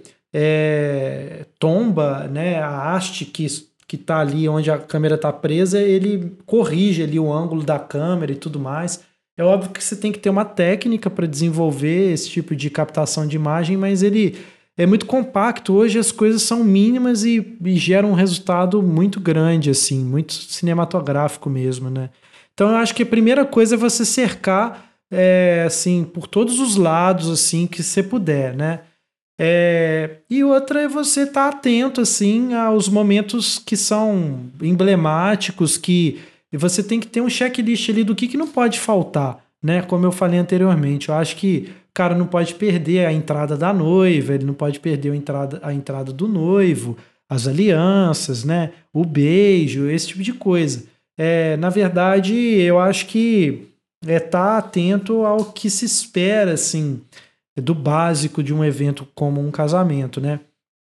Speaker 3: é, tomba, né, a haste que que está ali onde a câmera está presa, ele corrige ali o ângulo da câmera e tudo mais. É óbvio que você tem que ter uma técnica para desenvolver esse tipo de captação de imagem, mas ele é muito compacto. Hoje as coisas são mínimas e, e geram um resultado muito grande, assim, muito cinematográfico mesmo, né? Então eu acho que a primeira coisa é você cercar, é, assim, por todos os lados, assim, que você puder, né? É, e outra é você estar tá atento, assim, aos momentos que são emblemáticos, que e você tem que ter um checklist ali do que, que não pode faltar, né? Como eu falei anteriormente, eu acho que o cara não pode perder a entrada da noiva, ele não pode perder a entrada, a entrada do noivo, as alianças, né? O beijo, esse tipo de coisa. É, na verdade, eu acho que é estar atento ao que se espera, assim, do básico de um evento como um casamento, né?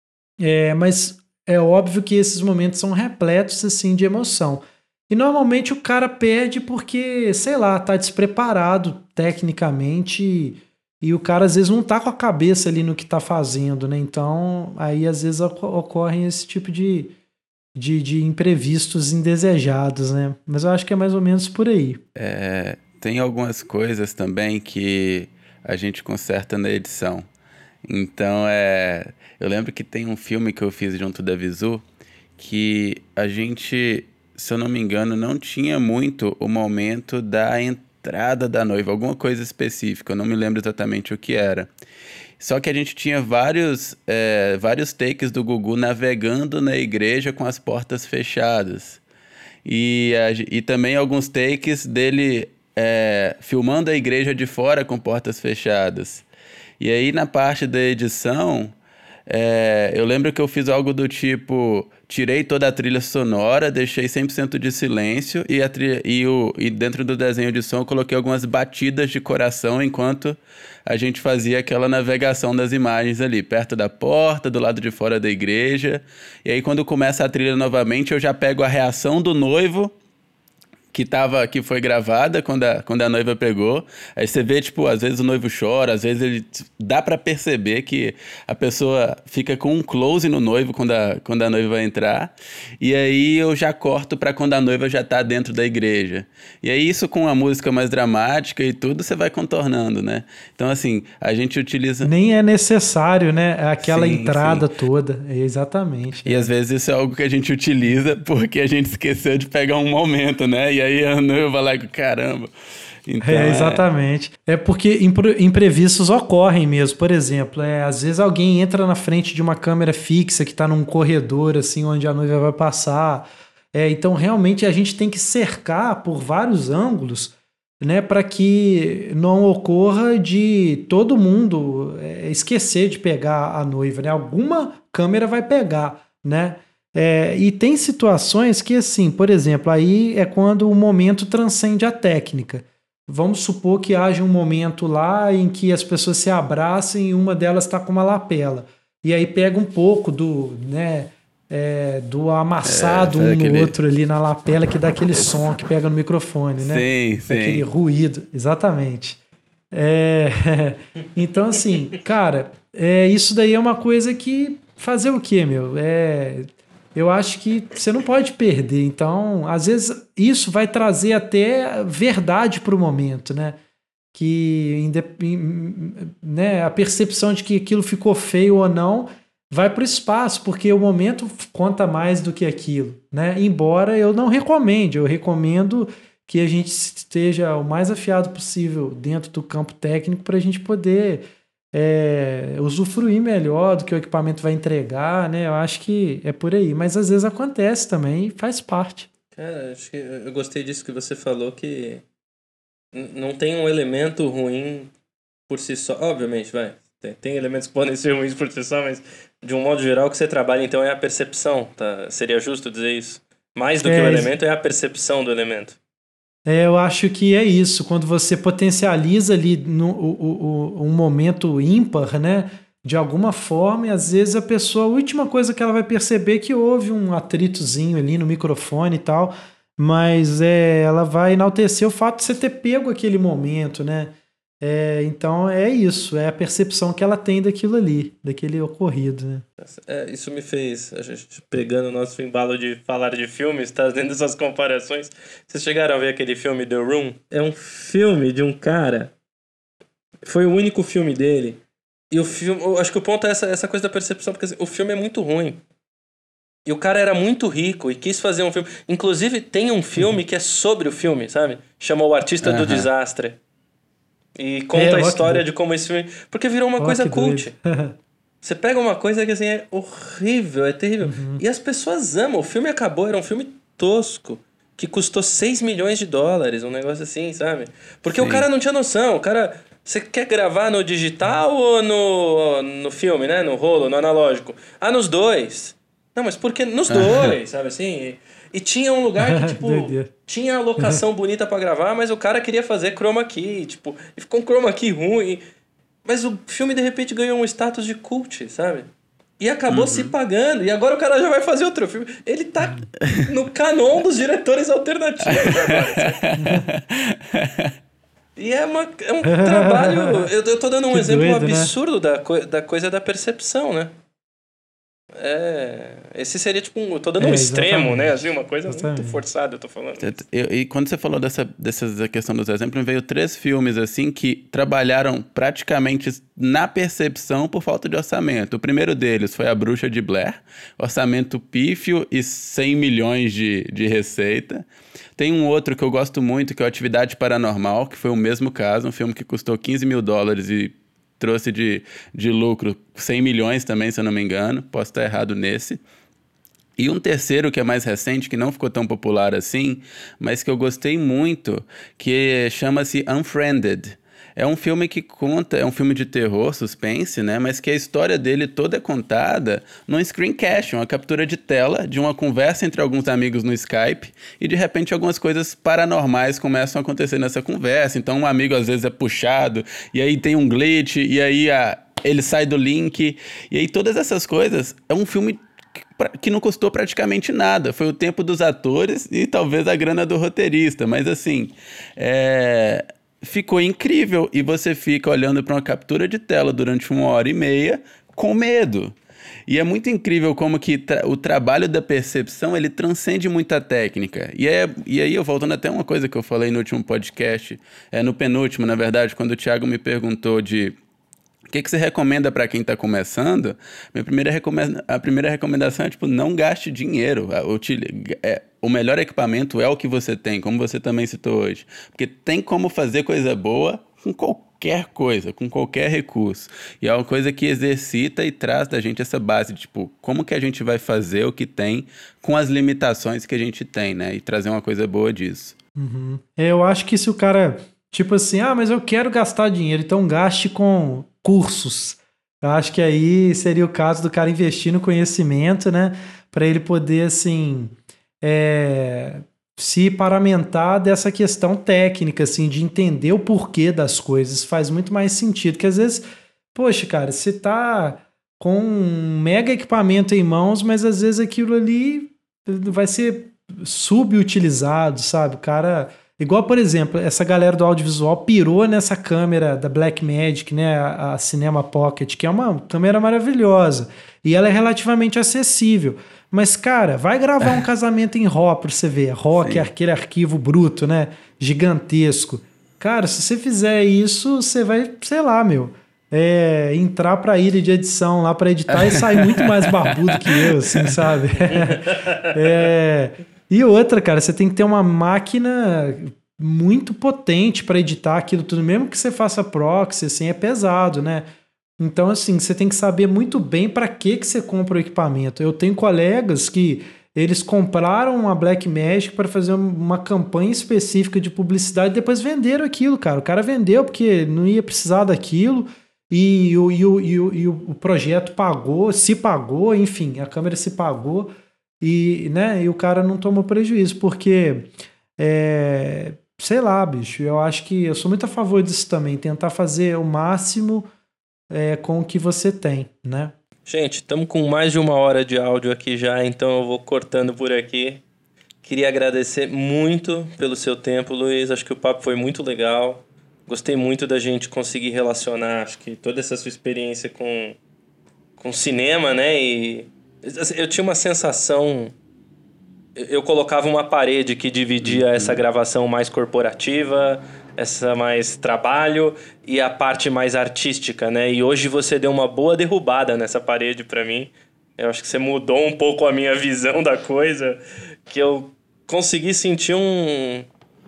Speaker 3: É, mas é óbvio que esses momentos são repletos, assim, de emoção. E normalmente o cara perde porque, sei lá, tá despreparado tecnicamente e, e o cara às vezes não tá com a cabeça ali no que tá fazendo, né? Então, aí às vezes ocorrem esse tipo de, de, de imprevistos indesejados, né? Mas eu acho que é mais ou menos por aí.
Speaker 2: É, tem algumas coisas também que a gente conserta na edição. Então, é, eu lembro que tem um filme que eu fiz junto da Visu que a gente... se eu não me engano, não tinha muito o momento da entrada da noiva, alguma coisa específica, eu não me lembro exatamente o que era. Só que a gente tinha vários, é, vários takes do Gugu navegando na igreja com as portas fechadas. E, a, e também alguns takes dele é, filmando a igreja de fora com portas fechadas. E aí, na parte da edição... É, eu lembro que eu fiz algo do tipo, tirei toda a trilha sonora, deixei cem por cento de silêncio e, a trilha, e, o, e dentro do desenho de som eu coloquei algumas batidas de coração enquanto a gente fazia aquela navegação das imagens ali, perto da porta, do lado de fora da igreja. E aí quando começa a trilha novamente eu já pego a reação do noivo, que, tava, que foi gravada quando a, quando a noiva pegou. Aí você vê, tipo, às vezes o noivo chora, às vezes ele... Dá pra perceber que a pessoa fica com um close no noivo quando a, quando a noiva vai entrar. E aí eu já corto pra quando a noiva já tá dentro da igreja. E aí isso com a música mais dramática e tudo, você vai contornando, né? Então, assim, a gente utiliza...
Speaker 3: Nem é necessário, né? Aquela
Speaker 2: sim,
Speaker 3: entrada
Speaker 2: sim.
Speaker 3: toda. Exatamente.
Speaker 2: E
Speaker 3: é.
Speaker 2: às vezes isso é algo que a gente utiliza porque a gente esqueceu de pegar um momento, né? E aí a noiva lá, caramba. Então,
Speaker 3: é, exatamente. É... é porque imprevistos ocorrem mesmo. Por exemplo, é, às vezes alguém entra na frente de uma câmera fixa que está num corredor, assim, onde a noiva vai passar. É, então, realmente, a gente tem que cercar por vários ângulos, né, para que não ocorra de todo mundo é, esquecer de pegar a noiva, né? Alguma câmera vai pegar, né? É, e tem situações que, assim, por exemplo, aí é quando o momento transcende a técnica. Vamos supor que haja um momento lá em que as pessoas se abracem e uma delas está com uma lapela. E aí pega um pouco do, né, é, do amassado
Speaker 2: é,
Speaker 3: um
Speaker 2: aquele...
Speaker 3: no outro ali na lapela, que dá aquele som que pega no microfone, né?
Speaker 2: Sim, sim.
Speaker 3: Aquele ruído, exatamente. É, então, assim, cara, é, isso daí é uma coisa que fazer o quê, meu? É, eu acho que você não pode perder. Então, às vezes, isso vai trazer até verdade para o momento, né? Que né, a percepção de que aquilo ficou feio ou não vai para o espaço, porque o momento conta mais do que aquilo, né? Embora eu não recomende, eu recomendo que a gente esteja o mais afiado possível dentro do campo técnico para a gente poder é, usufruir melhor do que o equipamento vai entregar, né? Eu acho que é por aí, mas às vezes acontece também e faz parte.
Speaker 1: Cara, acho que eu gostei disso que você falou, que não tem um elemento ruim por si só. Obviamente, vai. Tem, tem elementos que podem ser ruins por si só, mas de um modo geral o que você trabalha então é a percepção, tá? Seria justo dizer isso? Mais do é, que o elemento é a percepção do elemento.
Speaker 3: É, eu acho que é isso. Quando você potencializa ali no, o, o, um momento ímpar, né? De alguma forma, e às vezes a pessoa, a última coisa que ela vai perceber é que houve um atritozinho ali no microfone e tal, mas é, ela vai enaltecer o fato de você ter pego aquele momento, né? É, então é isso, é a percepção que ela tem daquilo ali, daquele ocorrido, né?
Speaker 1: É, isso me fez, a gente pegando o nosso embalo de falar de filmes, trazendo essas comparações. Vocês chegaram a ver aquele filme The Room? É um filme de um cara, foi o único filme dele, e o filme, eu acho que o ponto é essa, essa coisa da percepção, porque assim, o filme é muito ruim. E o cara era muito rico e quis fazer um filme. Inclusive, tem um filme que é sobre o filme, sabe? Chama O Artista uh-huh. do Desastre. E conta é, a história de como esse filme... Porque virou uma ó, coisa cult. Você pega uma coisa que assim é horrível, é terrível. Uhum. E as pessoas amam. O filme acabou, era um filme tosco. Que custou seis milhões de dólares, um negócio assim, sabe? Porque Sim. o cara não tinha noção. O cara... Você quer gravar no digital ou no, no filme, né? No rolo, no analógico? Ah, nos dois. Não, mas por que nos dois, sabe assim? E, e tinha um lugar que, tipo, tinha locação bonita pra gravar, mas o cara queria fazer chroma key, tipo, e ficou um chroma key ruim. Mas o filme, de repente, ganhou um status de cult, sabe? E acabou uhum. se pagando. E agora o cara já vai fazer outro filme. Ele tá no canon dos diretores alternativos agora, sabe? E é, uma, é um trabalho... Eu, eu tô dando um que exemplo doido, absurdo, né? da, co- da coisa da percepção, né? É, esse seria tipo um, eu tô dando é, um extremo, né? Assim, uma coisa exatamente. Muito forçada, eu tô falando.
Speaker 2: Eu, e quando você falou dessa, dessa questão dos exemplos, veio três filmes assim que trabalharam praticamente na percepção por falta de orçamento. O primeiro deles foi A Bruxa de Blair, orçamento pífio e cem milhões de, de receita. Tem um outro que eu gosto muito, que é o Atividade Paranormal, que foi o mesmo caso, um filme que custou quinze mil dólares e trouxe de, de lucro cem milhões também, se eu não me engano. Posso estar errado nesse. E um terceiro que é mais recente, que não ficou tão popular assim, mas que eu gostei muito, que chama-se Unfriended. É um filme que conta, é um filme de terror, suspense, né? Mas que a história dele toda é contada num screencast, uma captura de tela de uma conversa entre alguns amigos no Skype e de repente algumas coisas paranormais começam a acontecer nessa conversa. Então um amigo às vezes é puxado e aí tem um glitch e aí a, ele sai do link e aí todas essas coisas. É um filme que não custou praticamente nada. Foi o tempo dos atores e talvez a grana do roteirista, mas assim... é... ficou incrível e você fica olhando para uma captura de tela durante uma hora e meia com medo. E é muito incrível como que tra- o trabalho da percepção, ele transcende muita técnica. E, é, e aí eu voltando até uma coisa que eu falei no último podcast, é, no penúltimo, na verdade, quando o Thiago me perguntou de o que, que você recomenda para quem está começando, minha primeira recomenda- a primeira recomendação é, tipo, não gaste dinheiro. É, o melhor equipamento é o que você tem, como você também citou hoje. Porque tem como fazer coisa boa com qualquer coisa, com qualquer recurso. E é uma coisa que exercita e traz da gente essa base, tipo, como que a gente vai fazer o que tem com as limitações que a gente tem, né? E trazer uma coisa boa disso.
Speaker 3: Uhum. Eu acho que se o cara, tipo assim, ah, mas eu quero gastar dinheiro, então gaste com cursos. Eu acho que aí seria o caso do cara investir no conhecimento, né? Para ele poder, assim, é, se paramentar dessa questão técnica, assim, de entender o porquê das coisas. Faz muito mais sentido, que às vezes, poxa, cara, você tá com um mega equipamento em mãos, mas às vezes aquilo ali vai ser subutilizado, sabe? O cara... Igual, por exemplo, essa galera do audiovisual pirou nessa câmera da Blackmagic, né? A, a Cinema Pocket, que é uma câmera maravilhosa. E ela é relativamente acessível. Mas, cara, vai gravar um casamento em RAW pra você ver. RAW, que é aquele arquivo bruto, né? Gigantesco. Cara, se você fizer isso, você vai, sei lá, meu... É, entrar pra ilha de edição lá pra editar e sair muito mais barbudo que eu, assim, sabe? É... E outra, cara, você tem que ter uma máquina muito potente para editar aquilo tudo, mesmo que você faça proxy, assim, é pesado, né? Então, assim, você tem que saber muito bem para que que você compra o equipamento. Eu tenho colegas que eles compraram uma Blackmagic para fazer uma campanha específica de publicidade e depois venderam aquilo, cara. O cara vendeu porque não ia precisar daquilo e o, e o, e o, e o projeto pagou, se pagou, enfim, a câmera se pagou. E, né, e o cara não tomou prejuízo, porque, é, sei lá, bicho, eu acho que eu sou muito a favor disso também, tentar fazer o máximo é, com o que você tem, né?
Speaker 1: Gente, estamos com mais de uma hora de áudio aqui já, então eu vou cortando por aqui. Queria agradecer muito pelo seu tempo, Luiz, acho que o papo foi muito legal. Gostei muito da gente conseguir relacionar, acho que toda essa sua experiência com, com cinema, né, e... Eu tinha uma sensação... Eu colocava uma parede que dividia uhum. essa gravação mais corporativa, essa mais trabalho e a parte mais artística, né? E hoje você deu uma boa derrubada nessa parede pra mim. Eu acho que você mudou um pouco a minha visão da coisa, que eu consegui sentir um,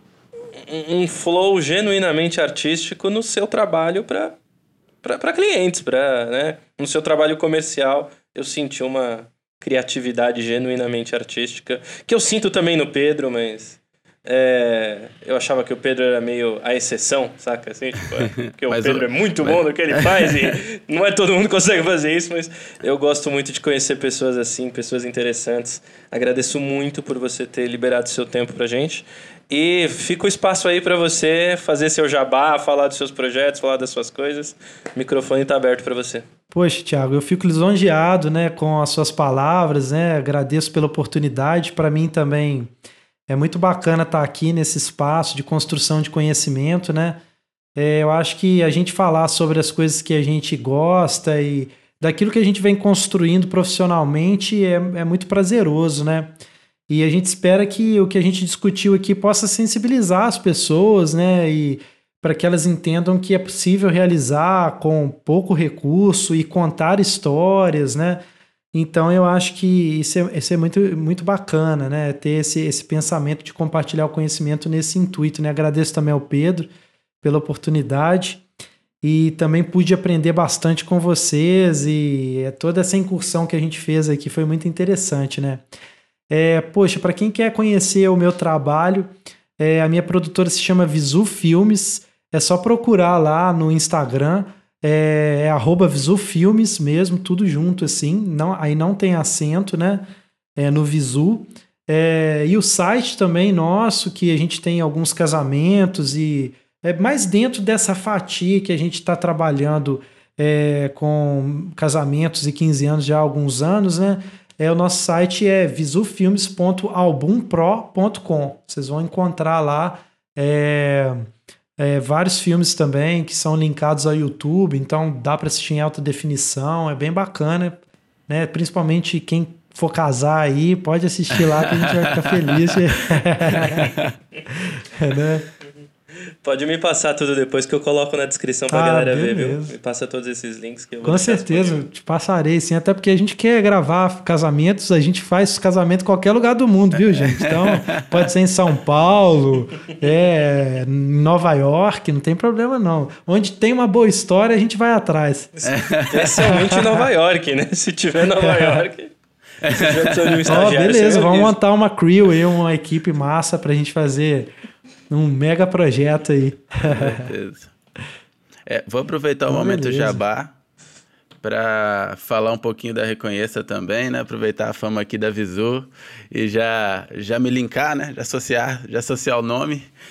Speaker 1: um flow genuinamente artístico no seu trabalho pra, pra, pra clientes, pra, né? No seu trabalho comercial. Eu senti uma criatividade genuinamente artística, que eu sinto também no Pedro, mas é, eu achava que o Pedro era meio a exceção, saca? Assim, tipo, é, porque o Pedro eu, é muito mas... bom no que ele faz e não é todo mundo que consegue fazer isso, mas eu gosto muito de conhecer pessoas assim, pessoas interessantes. Agradeço muito por você ter liberado seu tempo pra gente. E fica o espaço aí para você fazer seu jabá, falar dos seus projetos, falar das suas coisas. O microfone está aberto para você.
Speaker 3: Poxa, Thiago, eu fico lisonjeado, né, com as suas palavras, né? Agradeço pela oportunidade. Para mim também é muito bacana estar aqui nesse espaço de construção de conhecimento, né? É, eu acho que a gente falar sobre as coisas que a gente gosta e daquilo que a gente vem construindo profissionalmente é, é muito prazeroso, né? E a gente espera que o que a gente discutiu aqui possa sensibilizar as pessoas, né? E para que elas entendam que é possível realizar com pouco recurso e contar histórias, né? Então eu acho que isso é, isso é muito, muito bacana, né? Ter esse, esse pensamento de compartilhar o conhecimento nesse intuito, né? Agradeço também ao Pedro pela oportunidade e também pude aprender bastante com vocês e toda essa incursão que a gente fez aqui foi muito interessante, né? É, poxa, para quem quer conhecer o meu trabalho, é, a minha produtora se chama Visu Filmes, é só procurar lá no Instagram, é, é arroba Visu Filmes mesmo, tudo junto assim, não, aí não tem acento, né, é, no Visu. É, e o site também nosso, que a gente tem alguns casamentos e é mais dentro dessa fatia que a gente está trabalhando é, com casamentos e quinze anos já há alguns anos, né? É, o nosso site é visufilmes ponto albumpro ponto com. Vocês vão encontrar lá é, é, vários filmes também que são linkados ao YouTube, então dá para assistir em alta definição, é bem bacana, né? Principalmente quem for casar aí, pode assistir lá que a gente vai ficar feliz.
Speaker 1: É, né? Pode me passar tudo depois que eu coloco na descrição pra ah, galera beleza. ver, viu? Me passa todos esses links que eu vou
Speaker 3: Com certeza, eu te passarei, sim. Até porque a gente quer gravar casamentos, a gente faz casamento em qualquer lugar do mundo, viu, gente? Então, pode ser em São Paulo, é, em Nova York, não tem problema não. Onde tem uma boa história, a gente vai atrás.
Speaker 1: Especialmente em Nova York, né? Se tiver em Nova York... Se tiver precisando de um estagiário,
Speaker 3: oh, beleza, vamos montar uma crew aí, uma equipe massa pra gente fazer... Um mega projeto aí.
Speaker 2: Com certeza. É, vou aproveitar o oh, momento beleza. Jabá para falar um pouquinho da Reconheça também, né? Aproveitar a fama aqui da Visu e já, já me linkar, né? Já associar, já associar o nome.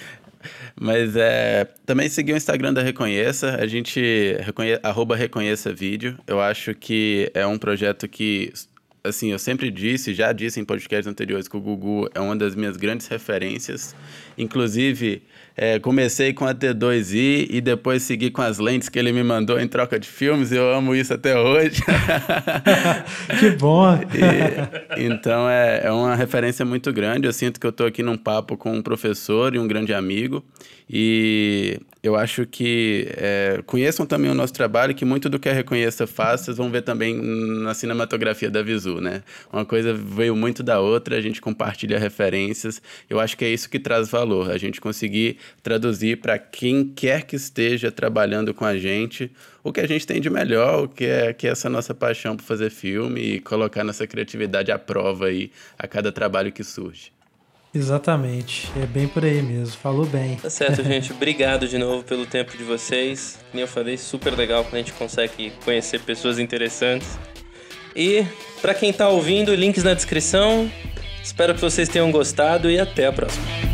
Speaker 2: Mas é, também seguir o Instagram da Reconheça, a gente, reconhe, arroba Reconheça Vídeo. Eu acho que é um projeto que, assim, eu sempre disse, já disse em podcasts anteriores que o Gugu é uma das minhas grandes referências. Inclusive, é, comecei com a T dois i e depois segui com as lentes que ele me mandou em troca de filmes. Eu amo isso até hoje.
Speaker 3: Que bom!
Speaker 2: E, então, é, é uma referência muito grande. Eu sinto que eu estou aqui num papo com um professor e um grande amigo. E eu acho que é, conheçam também o nosso trabalho, que muito do que a Reconheça faz, vocês vão ver também na cinematografia da Visu, né? Uma coisa veio muito da outra, a gente compartilha referências. Eu acho que é isso que traz valor, a gente conseguir traduzir para quem quer que esteja trabalhando com a gente o que a gente tem de melhor, o que é, que é essa nossa paixão por fazer filme e colocar nossa criatividade à prova aí a cada trabalho que surge.
Speaker 3: Exatamente, é bem por aí mesmo, falou bem.
Speaker 1: Tá certo, gente, obrigado de novo pelo tempo de vocês. Como eu falei, super legal quando a gente consegue conhecer pessoas interessantes. E para quem tá ouvindo, links na descrição. Espero que vocês tenham gostado e até a próxima.